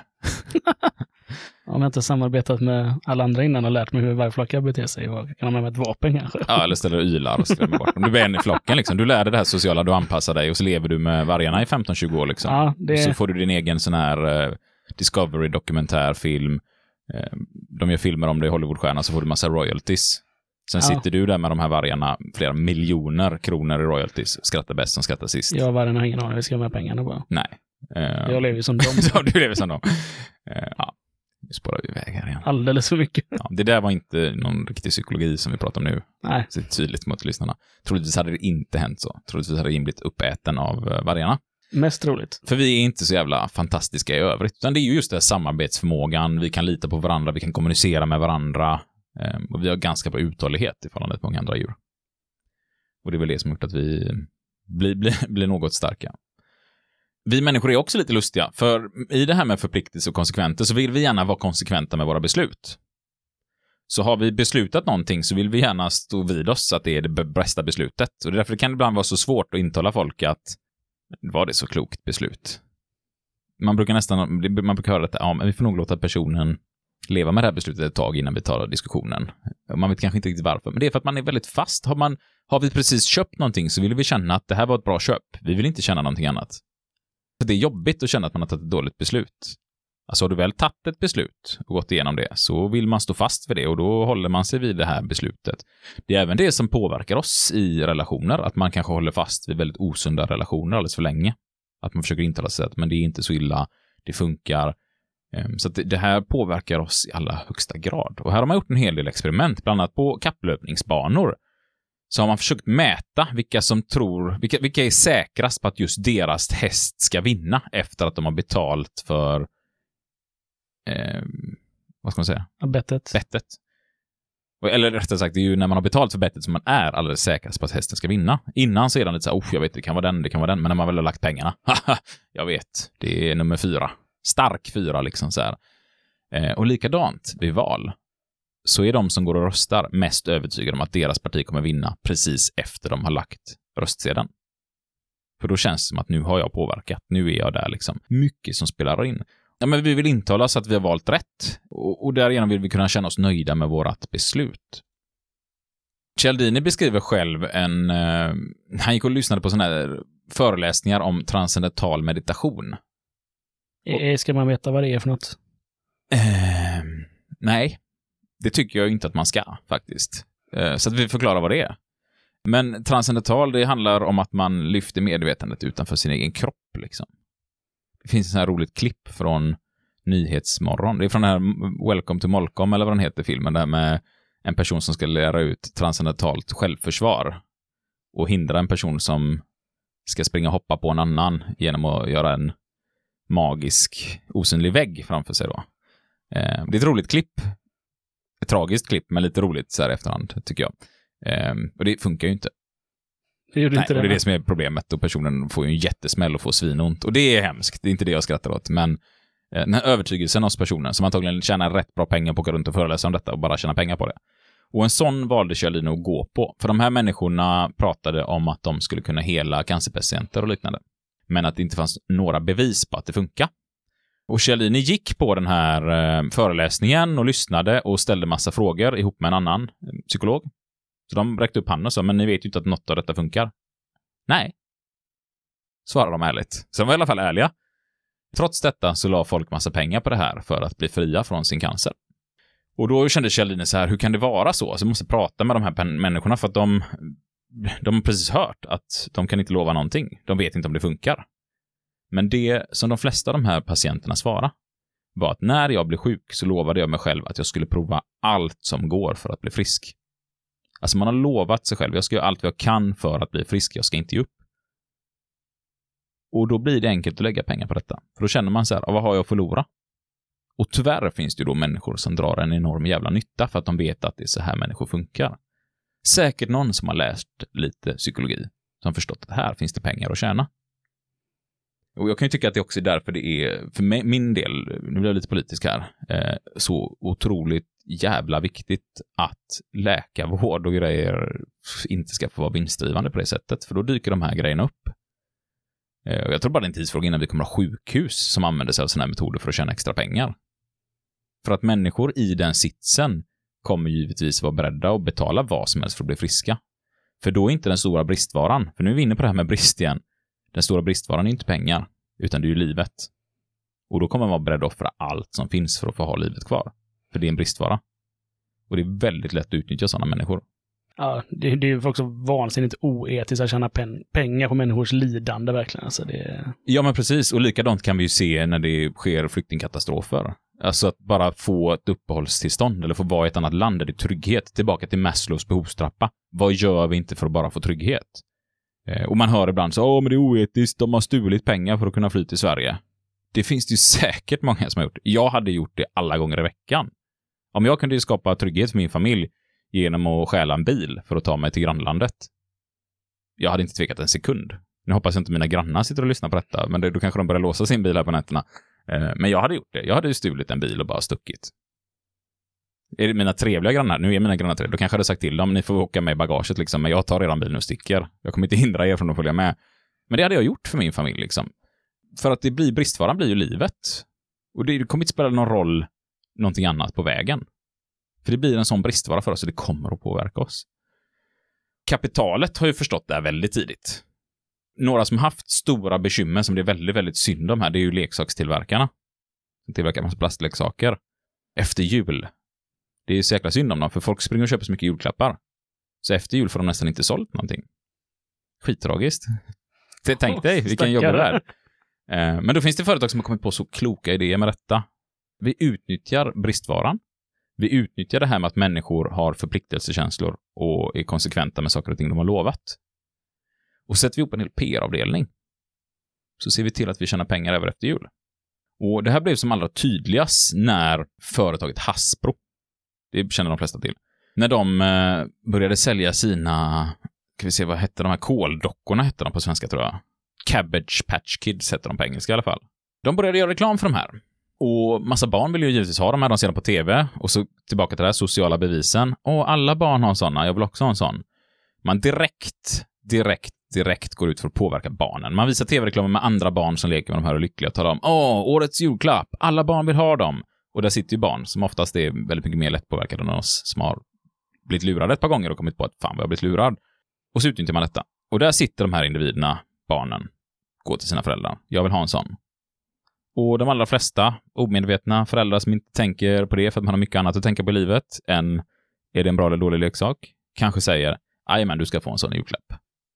Om jag inte samarbetat med alla andra innan och lärt mig hur vargflockar beter sig och kan ha med mig ett vapen kanske. Ja, eller ställer ylar och skrämmer bort. Om du är en i flocken liksom. Du lär dig det här sociala, du anpassar dig och så lever du med vargarna i femton tjugo år liksom. Ja, det... Så får du din egen sån här uh, Discovery-dokumentärfilm. Uh, de gör filmer om dig i Hollywoodstjärna så får du massa royalties. Sen ja. Sitter du där med de här vargarna, flera miljoner kronor i royalties. Skrattar bäst som skrattar sist. Ja, vargarna har ingen aning, vi ska med pengarna bara. Nej. Uh, jag lever ju som dem. Ja, du lever som dem. Uh, ja. Nu spårar vi iväg här igen. Alldeles för mycket. Ja, det där var inte någon riktig psykologi som vi pratar om nu. Nej. Så det är tydligt mot lyssnarna. Troligtvis hade det inte hänt så. Troligtvis hade Jim blivit uppäten av vargarna. Mest troligt. För vi är inte så jävla fantastiska i övrigt. Utan det är ju just det här samarbetsförmågan. Vi kan lita på varandra. Vi kan kommunicera med varandra. Och vi har ganska bra uthållighet i förhållande till många andra djur. Och det är väl det som har gjort att vi blir, blir, blir något starka. Vi människor är också lite lustiga, för i det här med förpliktelse och konsekventer så vill vi gärna vara konsekventa med våra beslut. Så har vi beslutat någonting så vill vi gärna stå vid oss att det är det bästa beslutet. Och det är därför det kan ibland vara så svårt att intala folk att var det så klokt beslut. Man brukar nästan man brukar höra att ja, men vi får nog låta personen leva med det här beslutet ett tag innan vi tar diskussionen. Man vet kanske inte riktigt varför, men det är för att man är väldigt fast. Har, man, har vi precis köpt någonting så vill vi känna att det här var ett bra köp. Vi vill inte känna någonting annat. Det är jobbigt att känna att man har tagit ett dåligt beslut. Alltså har du väl tagit ett beslut och gått igenom det så vill man stå fast vid det och då håller man sig vid det här beslutet. Det är även det som påverkar oss i relationer, att man kanske håller fast vid väldigt osunda relationer alldeles för länge. Att man försöker intala sig att men det är inte så illa, det funkar. Så att det här påverkar oss i allra högsta grad. Och här har man gjort en hel del experiment, bland annat på kapplöpningsbanor. Så har man försökt mäta vilka som tror, vilka, vilka är säkrast på att just deras häst ska vinna efter att de har betalt för eh, vad ska man säga? Bettet. Bettet. Eller rättare sagt, det är ju när man har betalt för bettet som man är alldeles säkrast på att hästen ska vinna. Innan så är den lite så här, oh, jag vet, det kan vara den, det kan vara den. Men när man väl har lagt pengarna, jag vet, det är nummer fyra. Stark fyra liksom så här. Eh, och likadant vid val. Så är de som går och röstar mest övertygade om att deras parti kommer vinna precis efter de har lagt röstsedeln. För då känns det som att nu har jag påverkat. Nu är jag där liksom. Mycket som spelar in. Ja, men vi vill intala så att vi har valt rätt. Och, och därigenom vill vi kunna känna oss nöjda med vårt beslut. Cialdini beskriver själv en... Eh, han gick och lyssnade på såna här föreläsningar om transcendental meditation. Och, ska man veta vad det är för något? Eh, nej. Det tycker jag inte att man ska, faktiskt. Så att vi förklarar vad det är. Men transcendental, det handlar om att man lyfter medvetandet utanför sin egen kropp, liksom. Det finns en sån här roligt klipp från Nyhetsmorgon. Det är från den här Welcome to Molkom, eller vad den heter, filmen, där med en person som ska lära ut transcendentalt självförsvar och hindra en person som ska springa och hoppa på en annan genom att göra en magisk, osynlig vägg framför sig då. Eh, det är ett roligt klipp. Ett tragiskt klipp, men lite roligt så här efterhand, tycker jag. Eh, och det funkar ju inte. Det gjorde Nej, inte det. och det är det som är problemet, och personen får ju en jättesmäll och får svinont. Och det är hemskt, det är inte det jag skrattar åt. Men eh, den här övertygelsen hos personen som antagligen tjänar rätt bra pengar på att gå runt och föreläsa om detta och bara tjäna pengar på det. Och en sån valde Cialdini att gå på. För de här människorna pratade om att de skulle kunna hela cancerpatienter och liknande. Men att det inte fanns några bevis på att det funkar. Och Cialdini gick på den här eh, föreläsningen och lyssnade och ställde massa frågor ihop med en annan eh, psykolog. Så de räckte upp handen och sa, men ni vet ju inte att något av detta funkar. Nej, svarade de ärligt. Så de var i alla fall ärliga. Trots detta så la folk massa pengar på det här för att bli fria från sin cancer. Och då kände Cialdini så här, hur kan det vara så? Så jag måste prata med de här människorna för att de, de har precis hört att de kan inte lova någonting. De vet inte om det funkar. Men det som de flesta av de här patienterna svarade var att när jag blev sjuk så lovade jag mig själv att jag skulle prova allt som går för att bli frisk. Alltså man har lovat sig själv, jag ska göra allt vad jag kan för att bli frisk, jag ska inte ge upp. Och då blir det enkelt att lägga pengar på detta. För då känner man så här, vad har jag att förlora? Och tyvärr finns det ju då människor som drar en enorm jävla nytta för att de vet att det är så här människor funkar. Säkert någon som har läst lite psykologi som förstått att här finns det pengar att tjäna. Och jag kan ju tycka att det också är därför det är, för mig, min del, nu blir jag lite politisk här, eh, så otroligt jävla viktigt att läkarvård och grejer inte ska få vara vinstdrivande på det sättet. För då dyker de här grejerna upp. Eh, och jag tror bara det är en tidsfråga innan vi kommer att ha sjukhus som använder sig av sådana här metoder för att tjäna extra pengar. För att människor i den sitsen kommer givetvis vara beredda att betala vad som helst för att bli friska. För då är inte den stora bristvaran, för nu är vi inne på det här med brist igen. Den stora bristvaran är inte pengar, utan det är ju livet. Och då kommer man vara beredd att offra allt som finns för att få ha livet kvar. För det är en bristvara. Och det är väldigt lätt att utnyttja sådana människor. Ja, det, det är ju också vansinnigt oetiskt att tjäna pen, pengar på människors lidande verkligen. Alltså det... Ja, men precis. Och likadant kan vi ju se när det sker flyktingkatastrofer. Alltså att bara få ett uppehållstillstånd eller få vara i ett annat land där det är trygghet. Tillbaka till Maslows behovstrappa. Vad gör vi inte för att bara få trygghet? Eh, och man hör ibland så, åh men det är oetiskt, de har stulit pengar för att kunna fly till Sverige. Det finns det ju säkert många som har gjort. Jag hade gjort det alla gånger i veckan. Om jag kunde skapa trygghet för min familj genom att stjäla en bil för att ta mig till grannlandet. Jag hade inte tvekat en sekund. Nu hoppas jag inte mina grannar sitter och lyssnar på detta, men det, då kanske de börjar låsa sin bil här på nätterna. Eh, men jag hade gjort det. Jag hade ju stulit en bil och bara stuckit. Är det mina trevliga grannar? Nu är mina grannar trevliga. Då kanske jag hade sagt till dem, ni får åka med i bagaget liksom, men jag tar redan bilen och sticker. Jag kommer inte hindra er från att följa med. Men det hade jag gjort för min familj liksom. För att det blir, bristvaran blir ju livet. Och det, det kommer inte spela någon roll någonting annat på vägen. För det blir en sån bristvara för oss och det kommer att påverka oss. Kapitalet har ju förstått det här väldigt tidigt. Några som haft stora bekymmer som det är väldigt, väldigt synd om här, det är ju leksakstillverkarna. Som tillverkar massa plastleksaker. Efter jul. Det är ju så jäkla synd om dem, för folk springer och köper så mycket julklappar. Så efter jul får de nästan inte sålt någonting. Skittragiskt. Tänk dig, vilken jobb det är. Men då finns det företag som har kommit på så kloka idéer med detta. Vi utnyttjar bristvaran. Vi utnyttjar det här med att människor har förpliktelsekänslor och är konsekventa med saker och ting de har lovat. Och sätter vi ihop en hel P R-avdelning så ser vi till att vi tjänar pengar över efter jul. Och det här blev som allra tydligast när företaget Hasbro, det känner de flesta till, när de eh, började sälja sina, kan vi se vad hette de här, koldockorna hette de på svenska tror jag. Cabbage Patch Kids hette de på engelska i alla fall. De började göra reklam för de här. Och massa barn vill ju givetvis ha de här, de ser dem på tv. Och så tillbaka till det här, sociala bevisen. Och alla barn har sådana, jag vill också ha en sån. Man direkt, direkt, direkt går ut för att påverka barnen. Man visar tv-reklamer med andra barn som leker med de här och lyckliga och talar om, åh, årets julklapp, alla barn vill ha dem. Och där sitter ju barn som oftast är väldigt mycket mer lättpåverkade än oss som har blivit lurade ett par gånger och kommit på att fan vad jag har blivit lurad. Och så utnyttjar man detta. Och där sitter de här individerna, barnen, går till sina föräldrar. Jag vill ha en sån. Och de allra flesta omedvetna föräldrar som inte tänker på det för att man har mycket annat att tänka på i livet än är det en bra eller dålig leksak, kanske säger, ajmen, du ska få en sån julklapp.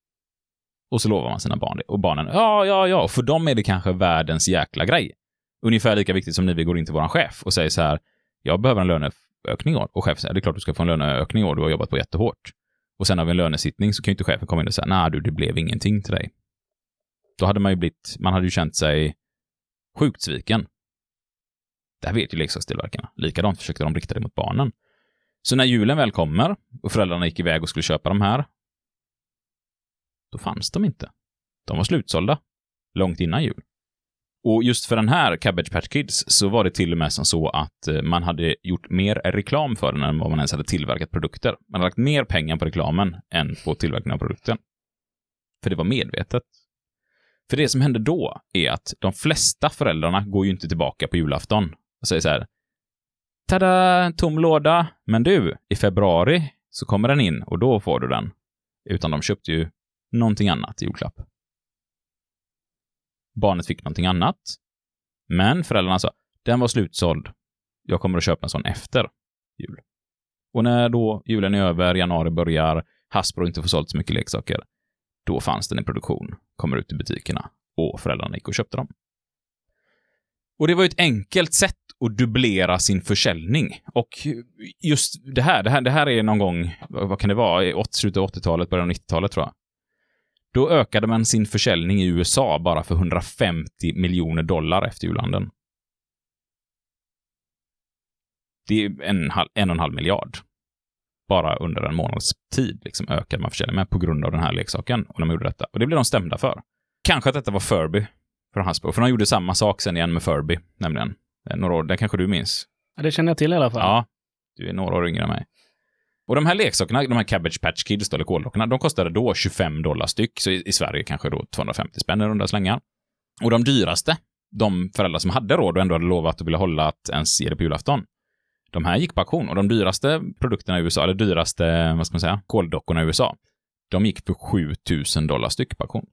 Och så lovar man sina barn det. Och barnen, ja, ja, ja. För dem är det kanske världens jäkla grej. Ungefär lika viktigt som när vi går in till våran chef och säger så här, jag behöver en löneökning i år. Och chefen säger, det är klart du ska få en löneökning i år, du har jobbat på jättehårt. Och sen har vi en lönesittning så kan ju inte chefen komma in och säga, nej du, det blev ingenting till dig. Då hade man ju blivit, man hade ju känt sig Sjukt sviken. Det här vet ju leksakstillverkarna. Likadant försökte de rikta det mot barnen. Så när julen väl kommer och föräldrarna gick iväg och skulle köpa de här, då fanns de inte. De var slutsålda långt innan jul. Och just för den här Cabbage Patch Kids så var det till och med som så att man hade gjort mer reklam för den än vad man ens hade tillverkat produkter. Man hade lagt mer pengar på reklamen än på tillverkningen av produkten. För det var medvetet. För det som hände då är att de flesta föräldrarna går ju inte tillbaka på julafton och säger så här: tada, tom låda, men du, i februari så kommer den in och då får du den. Utan de köpte ju någonting annat i julklapp. Barnet fick någonting annat, men föräldrarna sa, den var slutsåld. Jag kommer att köpa en sån efter jul. Och när då julen är över, januari börjar, Hasbro inte får sålt så mycket leksaker, då fanns den i produktion, kommer ut i butikerna och föräldrarna gick och köpte dem. Och det var ett enkelt sätt att dubblera sin försäljning. Och just det här, det här, det här är någon gång, vad kan det vara, i slutet av åttiotalet, början av nittiotalet tror jag. Då ökade man sin försäljning i U S A bara för hundrafemtio miljoner dollar efter julhandeln. Det är en, en och en halv miljard. Bara under en månads tid liksom ökade man försäljningen med på grund av den här leksaken. Och de gjorde detta. Och det blev de stämda för. Kanske att detta var Furby från Hasbro. För de gjorde samma sak sen igen med Furby, nämligen. Några år, det kanske du minns. Ja, det känner jag till i alla fall. Ja, du är några år yngre än mig. Och de här leksakerna, de här Cabbage Patch Kids, eller koldockorna, de kostade då tjugofem dollar styck. Så i, i Sverige kanske då tvåhundrafemtio spänn i runda slängar. Och de dyraste, de föräldrar som hade råd och ändå hade lovat att vilja hålla att ens ge det på julafton, de här gick på auktion. Och de dyraste produkterna i U S A, eller dyraste, vad ska man säga, koldockorna i U S A, de gick för sjutusen dollar styck på auktion.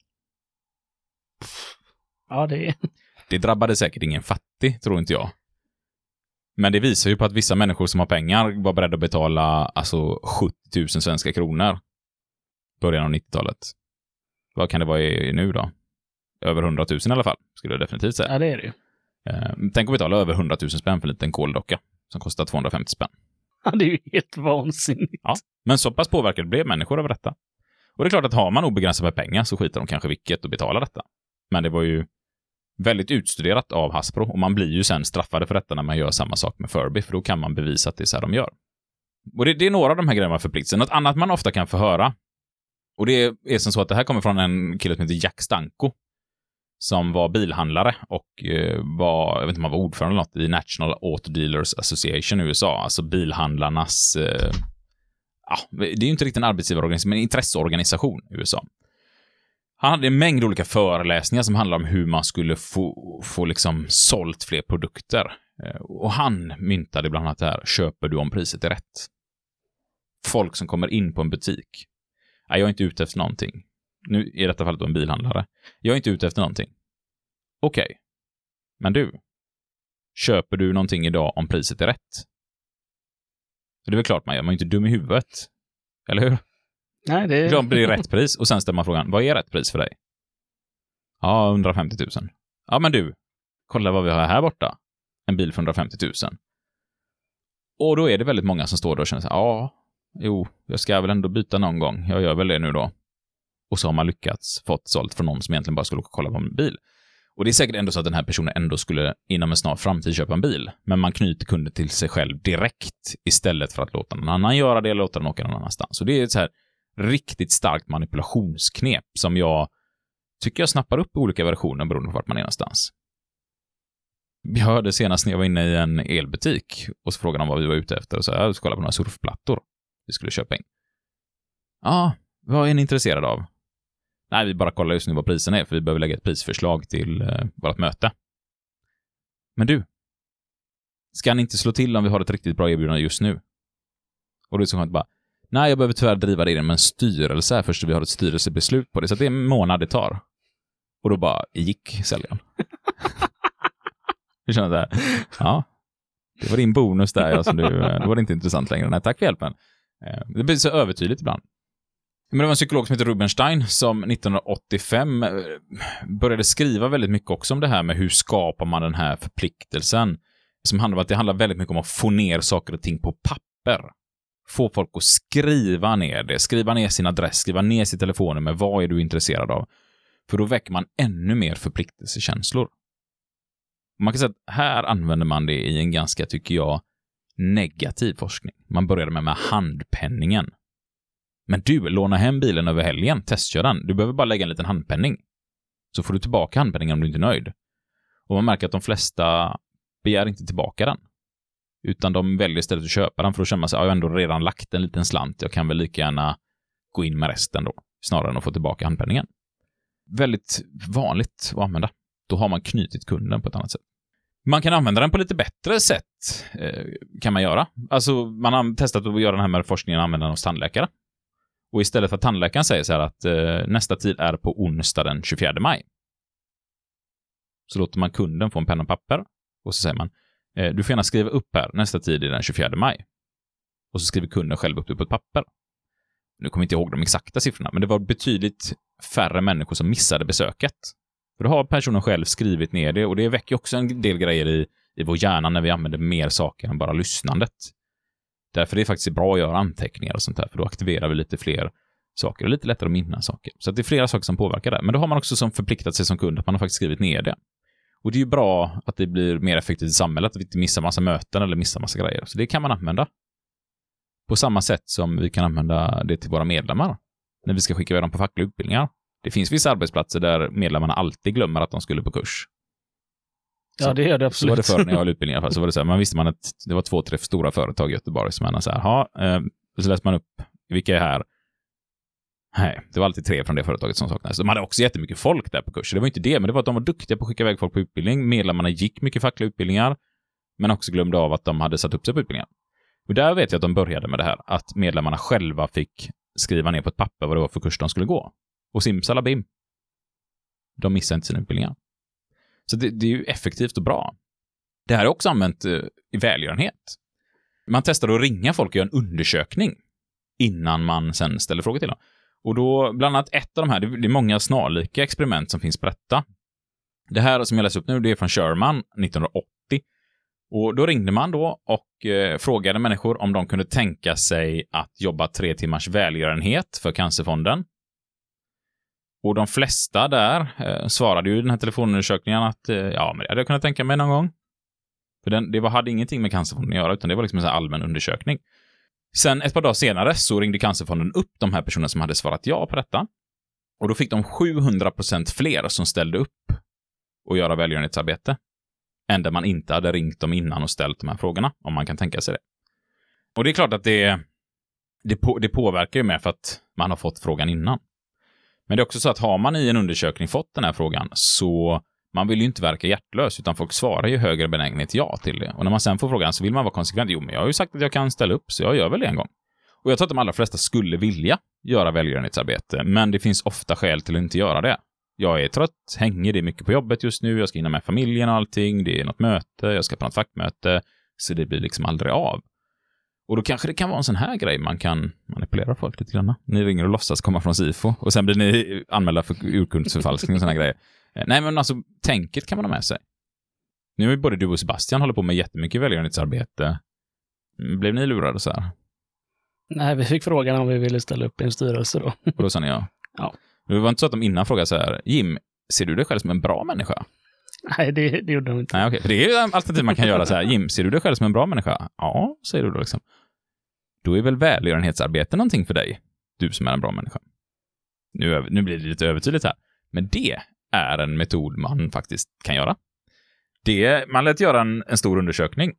Ja, det är... Det drabbade säkert ingen fattig, tror inte jag. Men det visar ju på att vissa människor som har pengar var beredda att betala alltså sjuttio tusen svenska kronor början av nittiotalet. Vad kan det vara i nu då? Över hundratusen i alla fall, skulle jag definitivt säga. Ja, det är det ju. Eh, tänk att betala över hundratusen spänn för en liten koldocka som kostar tvåhundrafemtio spänn. Ja, det är ju helt vansinnigt. Ja, men så pass påverkade blev människor över detta. Och det är klart att har man obegränsat med pengar så skiter de kanske vilket och betalar detta. Men det var ju väldigt utstuderat av Hasbro och man blir ju sen straffade för detta när man gör samma sak med Furby, för då kan man bevisa att det är så här de gör. Och det, det är några av de här grejerna man förpliktar. Något annat man ofta kan få höra, och det är, är som så att det här kommer från en kille som heter Jack Stanko som var bilhandlare och eh, var, jag vet inte om han var ordförande eller något, i National Auto Dealers Association i U S A, alltså bilhandlarnas eh, ja, det är ju inte riktigt en arbetsgivarorganisation, men en intresseorganisation i U S A. Han hade en mängd olika föreläsningar som handlar om hur man skulle få, få liksom sålt fler produkter. Och han myntade bland annat det här: köper du om priset är rätt? Folk som kommer in på en butik. Nej, jag är inte ute efter någonting. Nu är detta fallet en bilhandlare. Jag är inte ute efter någonting. Okej. Okay. Men du, köper du någonting idag om priset är rätt? Så det är väl klart man gör. Man är inte dum i huvudet. Eller hur? Nej, det... Då blir det rätt pris. Och sen ställer man frågan, vad är rätt pris för dig? Ja, hundrafemtio tusen. Ja, men du, kolla vad vi har här borta. En bil för hundrafemtio tusen. Och då är det väldigt många som står där och känner sig, ja, jo, jag ska väl ändå byta någon gång. Jag gör väl det nu då. Och så har man lyckats fått sålt från någon som egentligen bara skulle kolla på en bil. Och det är säkert ändå så att den här personen ändå skulle inom en snar framtid köpa en bil. Men man knyter kunden till sig själv direkt istället för att låta någon annan göra det eller låta den åka någon annanstans. Så det är ett så här riktigt starkt manipulationsknep som jag tycker jag snappar upp i olika versioner beroende på vart man är någonstans. Jag hörde senast när jag var inne i en elbutik och så frågade de vad vi var ute efter och så jag skulle kolla på några surfplattor vi skulle köpa in. Ja, vad är ni intresserade av? Nej, vi bara kollar just nu vad prisen är för vi behöver lägga ett prisförslag till eh, vårt möte. Men du, ska ni inte slå till om vi har ett riktigt bra erbjudande just nu? Och då är det så skönt bara, nej, jag behöver tyvärr driva det in med en styrelse här först vi har ett styrelsebeslut på det. Så det är en månad det tar. Och då bara gick säljaren. Du känner så här, ja, det var din bonus där. Alltså, du, då var det inte intressant längre. Nej, tack för hjälpen. Det blir så övertydligt ibland. Men det var en psykolog som heter Rubenstein som nittonhundraåttiofem började skriva väldigt mycket också om det här med hur skapar man den här förpliktelsen. Som handlar om att det handlar väldigt mycket om att få ner saker och ting på papper. Få folk att skriva ner det. Skriva ner sin adress, skriva ner sitt telefonnummer. Vad är du intresserad av? För då väcker man ännu mer förpliktelsekänslor. Man kan säga att här använder man det i en ganska, tycker jag, negativ forskning. Man började med, med handpenningen. Men du, låna hem bilen över helgen, testkör den. Du behöver bara lägga en liten handpenning. Så får du tillbaka handpenningen om du inte är nöjd. Och man märker att de flesta begär inte tillbaka den. Utan de väljer istället att köpa den för att känna sig, jag har ändå redan lagt en liten slant. Jag kan väl lika gärna gå in med resten då. Snarare än att få tillbaka handpenningen. Väldigt vanligt att använda. Då har man knutit kunden på ett annat sätt. Man kan använda den på lite bättre sätt, eh, kan man göra. Alltså, man har testat att göra den här med forskningen och använda den hos tandläkare. Och istället för att tandläkaren säger så här att eh, nästa tid är på onsdag den tjugofjärde maj. Så låter man kunden få en penna och papper. Och så säger man, eh, du får gärna skriva upp här, nästa tid är den tjugofjärde maj. Och så skriver kunden själv upp det på ett papper. Nu kommer jag inte ihåg de exakta siffrorna, men det var betydligt färre människor som missade besöket. För då har personen själv skrivit ner det, och det väcker också en del grejer i, i vår hjärna när vi använder mer saker än bara lyssnandet. Därför är det faktiskt bra att göra anteckningar och sånt här, för då aktiverar vi lite fler saker och lite lättare att minnas saker. Så att det är flera saker som påverkar det. Men då har man också som förpliktat sig som kund att man har faktiskt skrivit ner det. Och det är ju bra att det blir mer effektivt i samhället, att vi inte missar massa möten eller missar massa grejer. Så det kan man använda. På samma sätt som vi kan använda det till våra medlemmar när vi ska skicka iväg dem på fackliga utbildningar. Det finns vissa arbetsplatser där medlemmarna alltid glömmer att de skulle på kurs. Så, ja, det gör det absolut. Så var det förr när jag höll utbildning i alla fall. Så var det så här, man visste man att det var två, tre stora företag i Göteborg som man så här, ha, eh, så läste man upp vilka är här. Nej, det var alltid tre från det företaget som saknades. De hade också jättemycket folk där på kurser. Det var inte det, men det var att de var duktiga på att skicka iväg folk på utbildning. Medlemmarna gick mycket fackliga utbildningar, men också glömde av att de hade satt upp sig på utbildningar. Och där vet jag att de började med det här, att medlemmarna själva fick skriva ner på ett papper vad det var för kurs de skulle gå. Och simsalabim. De missade inte sina utbildningar. Så det, det är ju effektivt och bra. Det här är också använt uh, i välgörenhet. Man testar att ringa folk och göra en undersökning innan man sen ställer frågor till dem. Och då, bland annat ett av de här, det är många snarlika experiment som finns på detta. Det här som jag läser upp nu, det är från Sherman nittonhundraåttio. Och då ringde man då och eh, frågade människor om de kunde tänka sig att jobba tre timmars välgörenhet för Cancerfonden. Och de flesta där eh, svarade ju i den här telefonundersökningen att eh, ja, men det hade jag kunnat tänka mig någon gång. För den, det var, hade ingenting med Cancerfonden att göra, utan det var liksom en sån här allmän undersökning. Sen ett par dagar senare så ringde Cancerfonden upp de här personerna som hade svarat ja på detta. Och då fick de sjuhundra procent fler som ställde upp och göra välgörenhetsarbete än där man inte hade ringt dem innan och ställt de här frågorna, om man kan tänka sig det. Och det är klart att det, det, på, det påverkar ju med för att man har fått frågan innan. Men det är också så att har man i en undersökning fått den här frågan, så man vill ju inte verka hjärtlös, utan folk svarar ju högre benägenhet ja till det. Och när man sen får frågan så vill man vara konsekvent. Jo, men jag har ju sagt att jag kan ställa upp, så jag gör väl det en gång. Och jag tror att de allra flesta skulle vilja göra välgörenhetsarbete, men det finns ofta skäl till att inte göra det. Jag är trött, hänger det mycket på jobbet just nu, jag ska hinna med familjen och allting, det är något möte, jag ska på något fackmöte, så det blir liksom aldrig av. Och då kanske det kan vara en sån här grej man kan manipulera folk lite grann. Ni ringer och låtsas komma från SIFO och sen blir ni anmälda för urkundsförfalskning och såna här grejer. Nej, men alltså, tänket kan man ha med sig. Nu är både du och Sebastian håller på med jättemycket välgörenhetsarbete. Blev ni lurade så här? Nej, vi fick frågan om vi ville ställa upp i en styrelse då. Och då sa ni ja. Ja. Det var inte så att de innan frågade så här, Jim, ser du dig själv som en bra människa? Nej, det, det gjorde de inte. Nej, okej. För det är ju alternativ man kan göra så här, Jim, ser du dig själv som en bra människa? Ja, säger du då liksom. Då är väl välgörenhetsarbete någonting för dig? Du som är en bra människa. Nu, nu blir det lite övertydligt här. Men det är en metod man faktiskt kan göra. Det, man lät göra en, en stor undersökning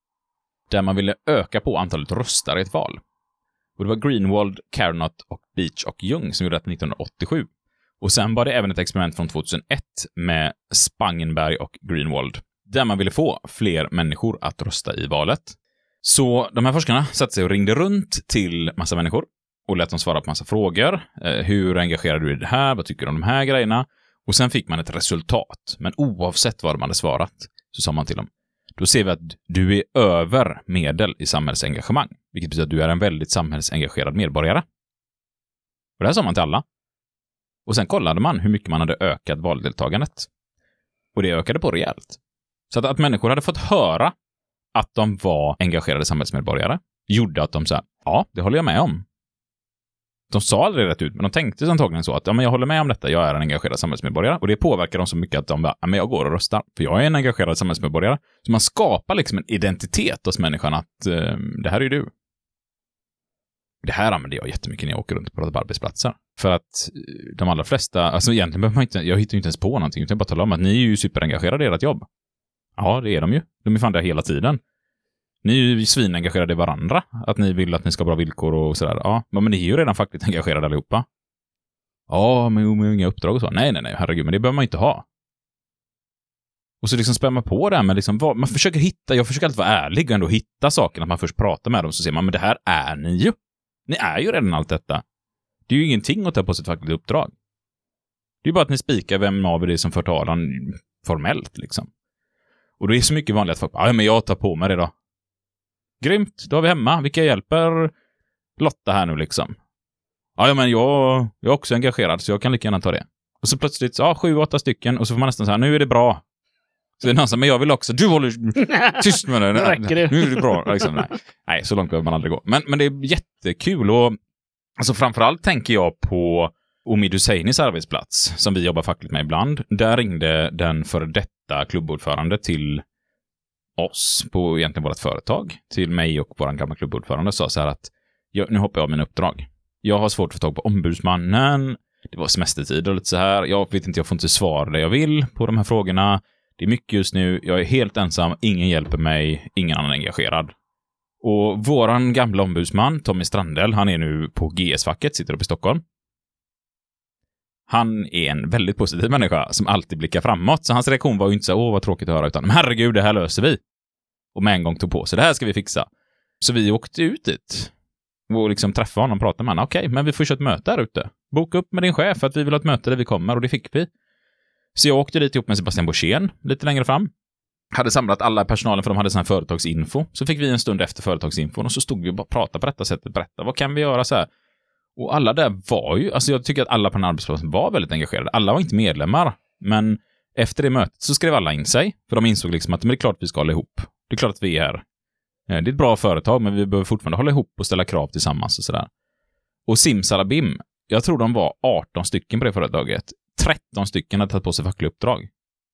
där man ville öka på antalet röstare i ett val. Och det var Greenwald, Carnot och Beach och Jung som gjorde det nittonhundraåttiosju. Och sen var det även ett experiment från tjugohundraett med Spangenberg och Greenwald, där man ville få fler människor att rösta i valet. Så de här forskarna satte sig och ringde runt till massa människor och lät dem svara på massa frågor. Eh, hur engagerar du i det här? Vad tycker du om de här grejerna? Och sen fick man ett resultat. Men oavsett vad de hade svarat så sa man till dem, då ser vi att du är över medel i samhällsengagemang. Vilket betyder att du är en väldigt samhällsengagerad medborgare. Och det här sa man till alla. Och sen kollade man hur mycket man hade ökat valdeltagandet. Och det ökade på rejält. Så att, att människor hade fått höra att de var engagerade samhällsmedborgare gjorde att de sa, ja, det håller jag med om. De sa aldrig rätt ut, men de tänkte antagligen så att ja, men jag håller med om detta, jag är en engagerad samhällsmedborgare. Och det påverkar dem så mycket att de bara, ja, men jag går och röstar, för jag är en engagerad samhällsmedborgare. Så man skapar liksom en identitet hos människan att eh, det här är ju du. Det här använder jag jättemycket när jag åker runt och pratar på arbetsplatser. För att de allra flesta, alltså egentligen behöver man inte, jag hittar ju inte ens på någonting, utan jag bara talar om att ni är ju superengagerade i ert jobb. Ja, det är de ju. De är fan där hela tiden. Ni är ju svinengagerade i varandra. Att ni vill att ni ska ha bra villkor och sådär. Ja, men ni är ju redan faktiskt engagerade allihopa. Ja, men med inga uppdrag och så. Nej, nej, nej, herregud, men det behöver man inte ha. Och så liksom spär man på det här med liksom, vad, man försöker hitta, jag försöker alltid vara ärlig och ändå hitta saker, att man först pratar med dem så ser man, men det här är ni ju. Ni är ju redan allt detta. Det är ju ingenting att ta på sitt faktiskt uppdrag. Det är bara att ni spikar vem av er som för talan formellt liksom. Och det är så mycket vanligt att folk, ja men jag tar på mig det då. Grymt, då har vi hemma. Vilka hjälper Lotta här nu liksom? Ja men jag, jag är också engagerad så jag kan lika gärna ta det. Och så plötsligt, ja sju, åtta stycken och så får man nästan så här, nu är det bra. Så det är någon som, men jag vill också, du håller tyst med det. Nu räcker det. Nu är det bra. Liksom, nej. nej, så långt behöver man aldrig gå. Men, men det är jättekul och alltså framförallt tänker jag på Omid Husseinis arbetsplats som vi jobbar fackligt med ibland. Där ringde den för detta klubbordförande till oss på egentligen vårt företag, till mig och vår gamla klubbordförande och sa så här att jag, nu hoppar jag av mina uppdrag. Jag har svårt att få tag på ombudsmannen. Det var semestertid och lite så här. Jag vet inte, jag får inte svar det jag vill på de här frågorna. Det är mycket just nu. Jag är helt ensam. Ingen hjälper mig. Ingen annan är engagerad. Och våran gamla ombudsman, Tommy Strandell, han är nu på G S-facket, sitter uppe i Stockholm. Han är en väldigt positiv människa som alltid blickar framåt. Så hans reaktion var ju inte så, åh vad tråkigt att höra, utan herregud, det här löser vi. Och med en gång tog på sig, det här ska vi fixa. Så vi åkte ut dit och liksom träffade honom och pratade med honom. Okej, men vi får köra ett möte här ute. Boka upp med din chef för att vi vill ha ett möte där vi kommer, och det fick vi. Så jag åkte dit ihop med Sebastian Borssén lite längre fram. Hade samlat alla personalen för de hade sån här företagsinfo. Så fick vi en stund efter företagsinfon och så stod vi och bara pratade på detta sättet. Berätta, vad kan vi göra så här? Och alla där var ju, alltså jag tycker att alla på den arbetsplatsen var väldigt engagerade. Alla var inte medlemmar. Men efter det mötet så skrev alla in sig. För de insåg liksom att men det är klart att vi ska hålla ihop. Det är klart att vi är här. Det är ett bra företag, men vi behöver fortfarande hålla ihop och ställa krav tillsammans och sådär. Och simsalabim, jag tror de var arton stycken på det företaget. tretton stycken hade tagit på sig fackliga uppdrag.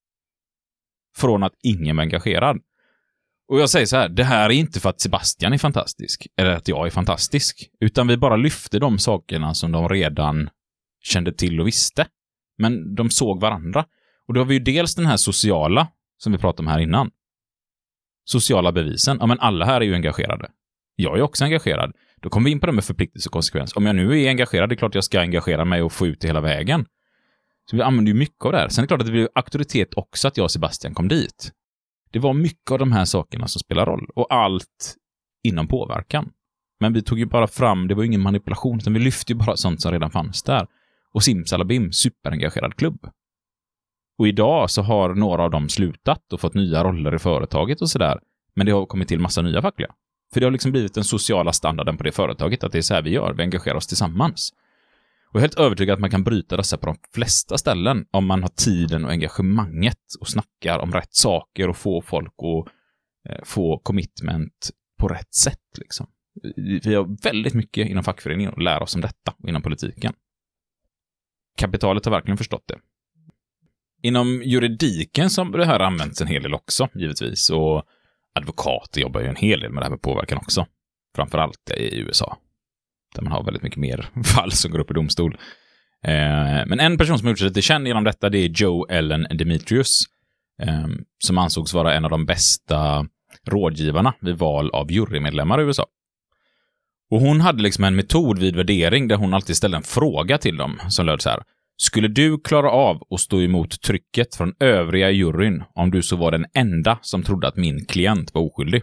Från att ingen var engagerad. Och jag säger så här, det här är inte för att Sebastian är fantastisk, eller att jag är fantastisk, utan vi bara lyfte de sakerna som de redan kände till och visste. Men de såg varandra. Och då har vi ju dels den här sociala, som vi pratade om här innan. Sociala bevisen. Ja, men alla här är ju engagerade. Jag är också engagerad. Då kommer vi in på det med förpliktelse och konsekvens. Om jag nu är engagerad, det är klart jag ska engagera mig och få ut det hela vägen. Så vi använder ju mycket av det här. Sen är det klart att det blir auktoritet också att jag och Sebastian kom dit. Det var mycket av de här sakerna som spelar roll. Och allt inom påverkan. Men vi tog ju bara fram, det var ju ingen manipulation, utan vi lyfte ju bara sånt som redan fanns där. Och simsalabim, superengagerad klubb. Och idag så har några av dem slutat och fått nya roller i företaget och sådär. Men det har kommit till massa nya fackliga. För det har liksom blivit den sociala standarden på det företaget, att det är så här vi gör, vi engagerar oss tillsammans. Och jag är helt övertygad att man kan bryta dessa på de flesta ställen om man har tiden och engagemanget och snackar om rätt saker och får folk att eh, få commitment på rätt sätt. Liksom. Vi har väldigt mycket inom fackföreningen att lära oss om detta och inom politiken. Kapitalet har verkligen förstått det. Inom juridiken så har det här använts en hel del också, givetvis. Och advokater jobbar ju en hel del med det här med påverkan också. Framförallt i U S A. Där man har väldigt mycket mer fall som går upp i domstol. Eh, men en person som har gjort sig lite känd genom detta, det är Joe Ellen Demetrius. Eh, som ansågs vara en av de bästa rådgivarna vid val av jurymedlemmar i U S A. Och hon hade liksom en metod vid värdering där hon alltid ställde en fråga till dem som löd så här. Skulle du klara av att stå emot trycket från övriga juryn om du så var den enda som trodde att min klient var oskyldig?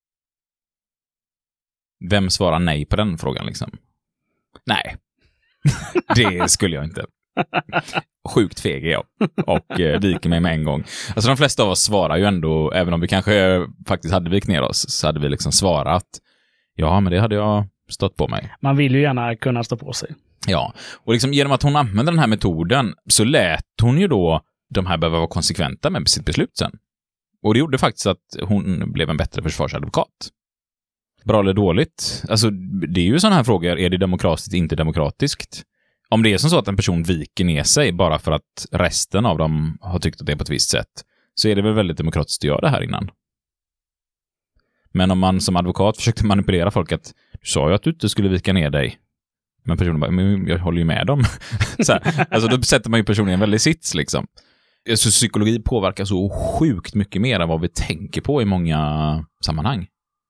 Vem svarar nej på den frågan liksom? Nej, det skulle jag inte. Sjukt feg är jag och eh, viker mig med en gång. Alltså de flesta av oss svarar ju ändå, även om vi kanske faktiskt hade vikt ner oss, så hade vi liksom svarat. Ja, men det hade jag stått på mig. Man vill ju gärna kunna stå på sig. Ja, och liksom genom att hon använde den här metoden så lät hon ju då de här behöva vara konsekventa med sitt beslut sen. Och det gjorde faktiskt att hon blev en bättre försvarsadvokat. bra eller dåligt? Alltså, det är ju sådana här frågor. Är det demokratiskt, inte demokratiskt? Om det är som så att en person viker ner sig bara för att resten av dem har tyckt att det är på ett visst sätt, så är det väl väldigt demokratiskt att göra det här innan. Men om man som advokat försökte manipulera folk att du sa ju att du inte skulle vika ner dig. Men personen bara, men jag håller ju med dem. Så här, alltså då sätter man ju personen i en väldigt sits liksom. Så psykologi påverkar så sjukt mycket mer än vad vi tänker på i många sammanhang.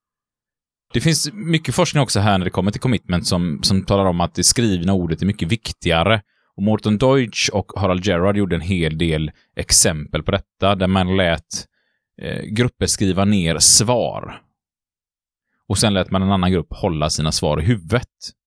Det finns mycket forskning också här när det kommer till commitment som, som talar om att det skrivna ordet är mycket viktigare. Och Morton Deutsch och Harald Gerhard gjorde en hel del exempel på detta där man lät eh, grupper skriva ner svar. Och sen lät man en annan grupp hålla sina svar i huvudet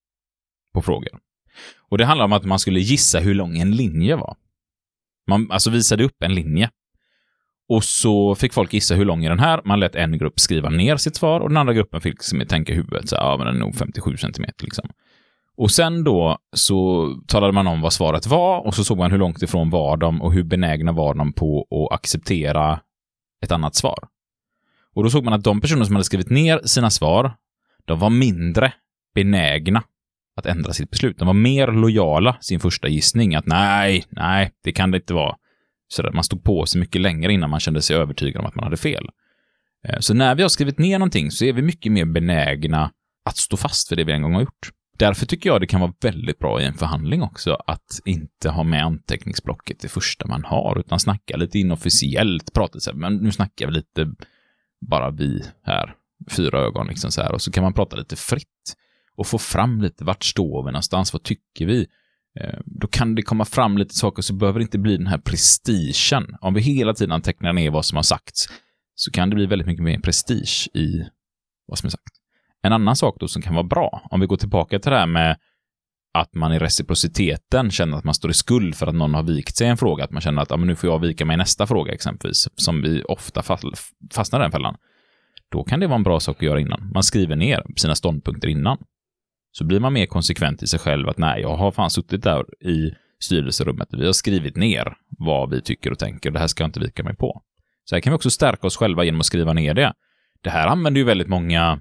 på frågor. Och det handlar om att man skulle gissa hur lång en linje var. Man alltså visade upp en linje. Och så fick folk gissa hur lång är den här. Man lät en grupp skriva ner sitt svar och den andra gruppen fick liksom tänka i huvudet. Så ja, men den är nog femtiosju centimeter liksom. Och sen då så talade man om vad svaret var och så såg man hur långt ifrån var de och hur benägna var de på att acceptera ett annat svar. Och då såg man att de personer som hade skrivit ner sina svar, de var mindre benägna att ändra sitt beslut. De var mer lojala sin första gissning att nej, nej, det kan det inte vara. Så där man stod på sig mycket längre innan man kände sig övertygad om att man hade fel. Så när vi har skrivit ner någonting så är vi mycket mer benägna att stå fast för det vi en gång har gjort. Därför tycker jag det kan vara väldigt bra i en förhandling också att inte ha med anteckningsblocket det första man har, utan snacka lite inofficiellt, prata så här, men nu snackar vi lite bara vi här, fyra ögon liksom så här, och så kan man prata lite fritt och få fram lite vart står vi någonstans, vad tycker vi? Eh, då kan det komma fram lite saker så behöver det inte bli den här prestigen. Om vi hela tiden antecknar ner vad som har sagts så kan det bli väldigt mycket mer prestige i vad som är sagt. En annan sak då som kan vara bra, om vi går tillbaka till det här med att man i reciprociteten känner att man står i skuld för att någon har vikt sig i en fråga, att man känner att ja, men nu får jag vika mig i nästa fråga exempelvis, som vi ofta fastnar i den fällan. Då kan det vara en bra sak att göra innan. Man skriver ner sina ståndpunkter innan. Så blir man mer konsekvent i sig själv att nej, jag har fan suttit där i styrelserummet. Vi har skrivit ner vad vi tycker och tänker och det här ska jag inte vika mig på. Så här kan vi också stärka oss själva genom att skriva ner det. Det här använder ju väldigt många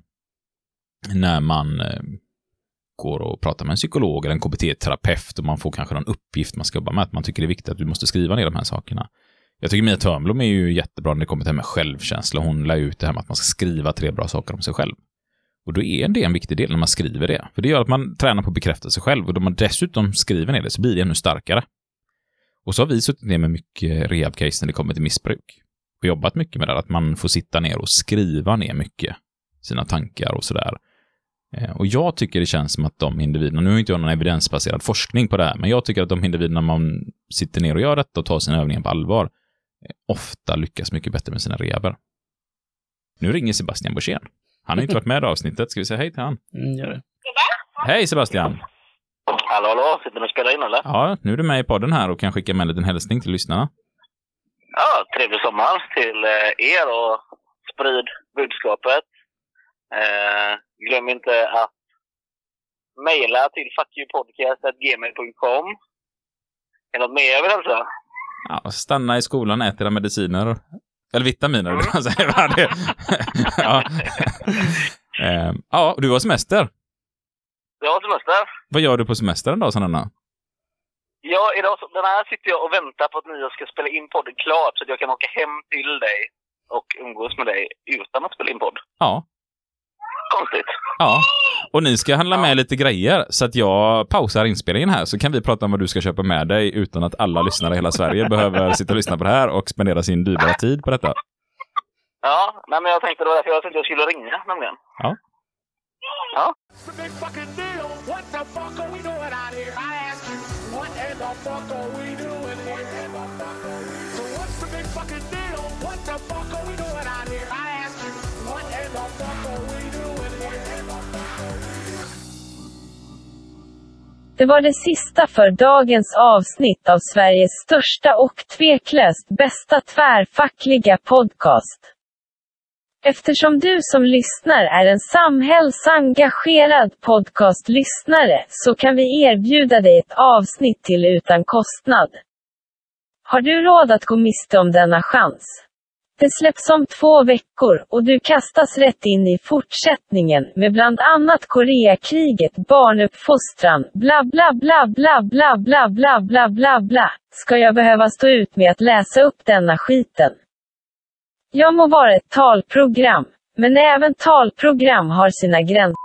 när man eh, går och pratar med en psykolog eller en K B T-terapeut och man får kanske någon uppgift man ska jobba med, att man tycker det är viktigt att du måste skriva ner de här sakerna. Jag tycker Mia Törnblom är ju jättebra när det kommer till det här med självkänsla. Hon lär ut det här med att man ska skriva tre bra saker om sig själv. Och då är det en viktig del när man skriver det. För det gör att man tränar på att bekräfta sig själv. Och då man dessutom skriver ner det så blir det ännu starkare. Och så har vi suttit ner med mycket rehab-case när det kommer till missbruk. Och jobbat mycket med det, att man får sitta ner och skriva ner mycket sina tankar och sådär. Och jag tycker det känns som att de individerna, nu har inte jag någon evidensbaserad forskning på det här, men jag tycker att de individerna man sitter ner och gör detta och tar sina övningar på allvar ofta lyckas mycket bättre med sina rehaber. Nu ringer Sebastian Borssén. Han har inte varit med i avsnittet. Ska vi säga hej till han? Mm, gör det. Hej Sebastian! Hallå, hallå. Sitter du och spelar in eller? Ja, nu är du med i podden här och kan skicka med en liten hälsning till lyssnarna. Ja, trevlig sommar till er och sprid budskapet. Eh, glöm inte att mejla till fuck you podcast at gmail dot com. Är det något mer jag vill hälsa? Ja, stanna i skolan, äta era mediciner. Eller vitaminer, mm. det säger vad det. Ja. eh, ja, du har semester. Jag har semester. Vad gör du på semestern då, Sanna? Ja, idag, den här sitter jag och väntar på att ni ska spela in podden klart så att jag kan åka hem till dig och umgås med dig utan att spela in podd. Ja. Konstigt. Ja, och ni ska handla med lite grejer så att jag pausar inspelningen här så kan vi prata om vad du ska köpa med dig utan att alla lyssnare i hela Sverige behöver sitta och lyssna på det här och spendera sin dyrbara tid på detta. Ja, nej, men jag tänkte det var därför jag tänkte jag skulle ringa nämligen. Ja. Ja. Det var det sista för dagens avsnitt av Sveriges största och tveklöst bästa tvärfackliga podcast. Eftersom du som lyssnar är en samhällsengagerad podcastlyssnare så kan vi erbjuda dig ett avsnitt till utan kostnad. Har du råd att gå miste om denna chans? Det släpps om två veckor och du kastas rätt in i fortsättningen med bland annat Koreakriget, barnuppfostran, bla bla bla bla bla bla bla bla bla bla. Ska jag behöva stå ut med att läsa upp denna skiten? Jag må vara ett talprogram, men även talprogram har sina gränser.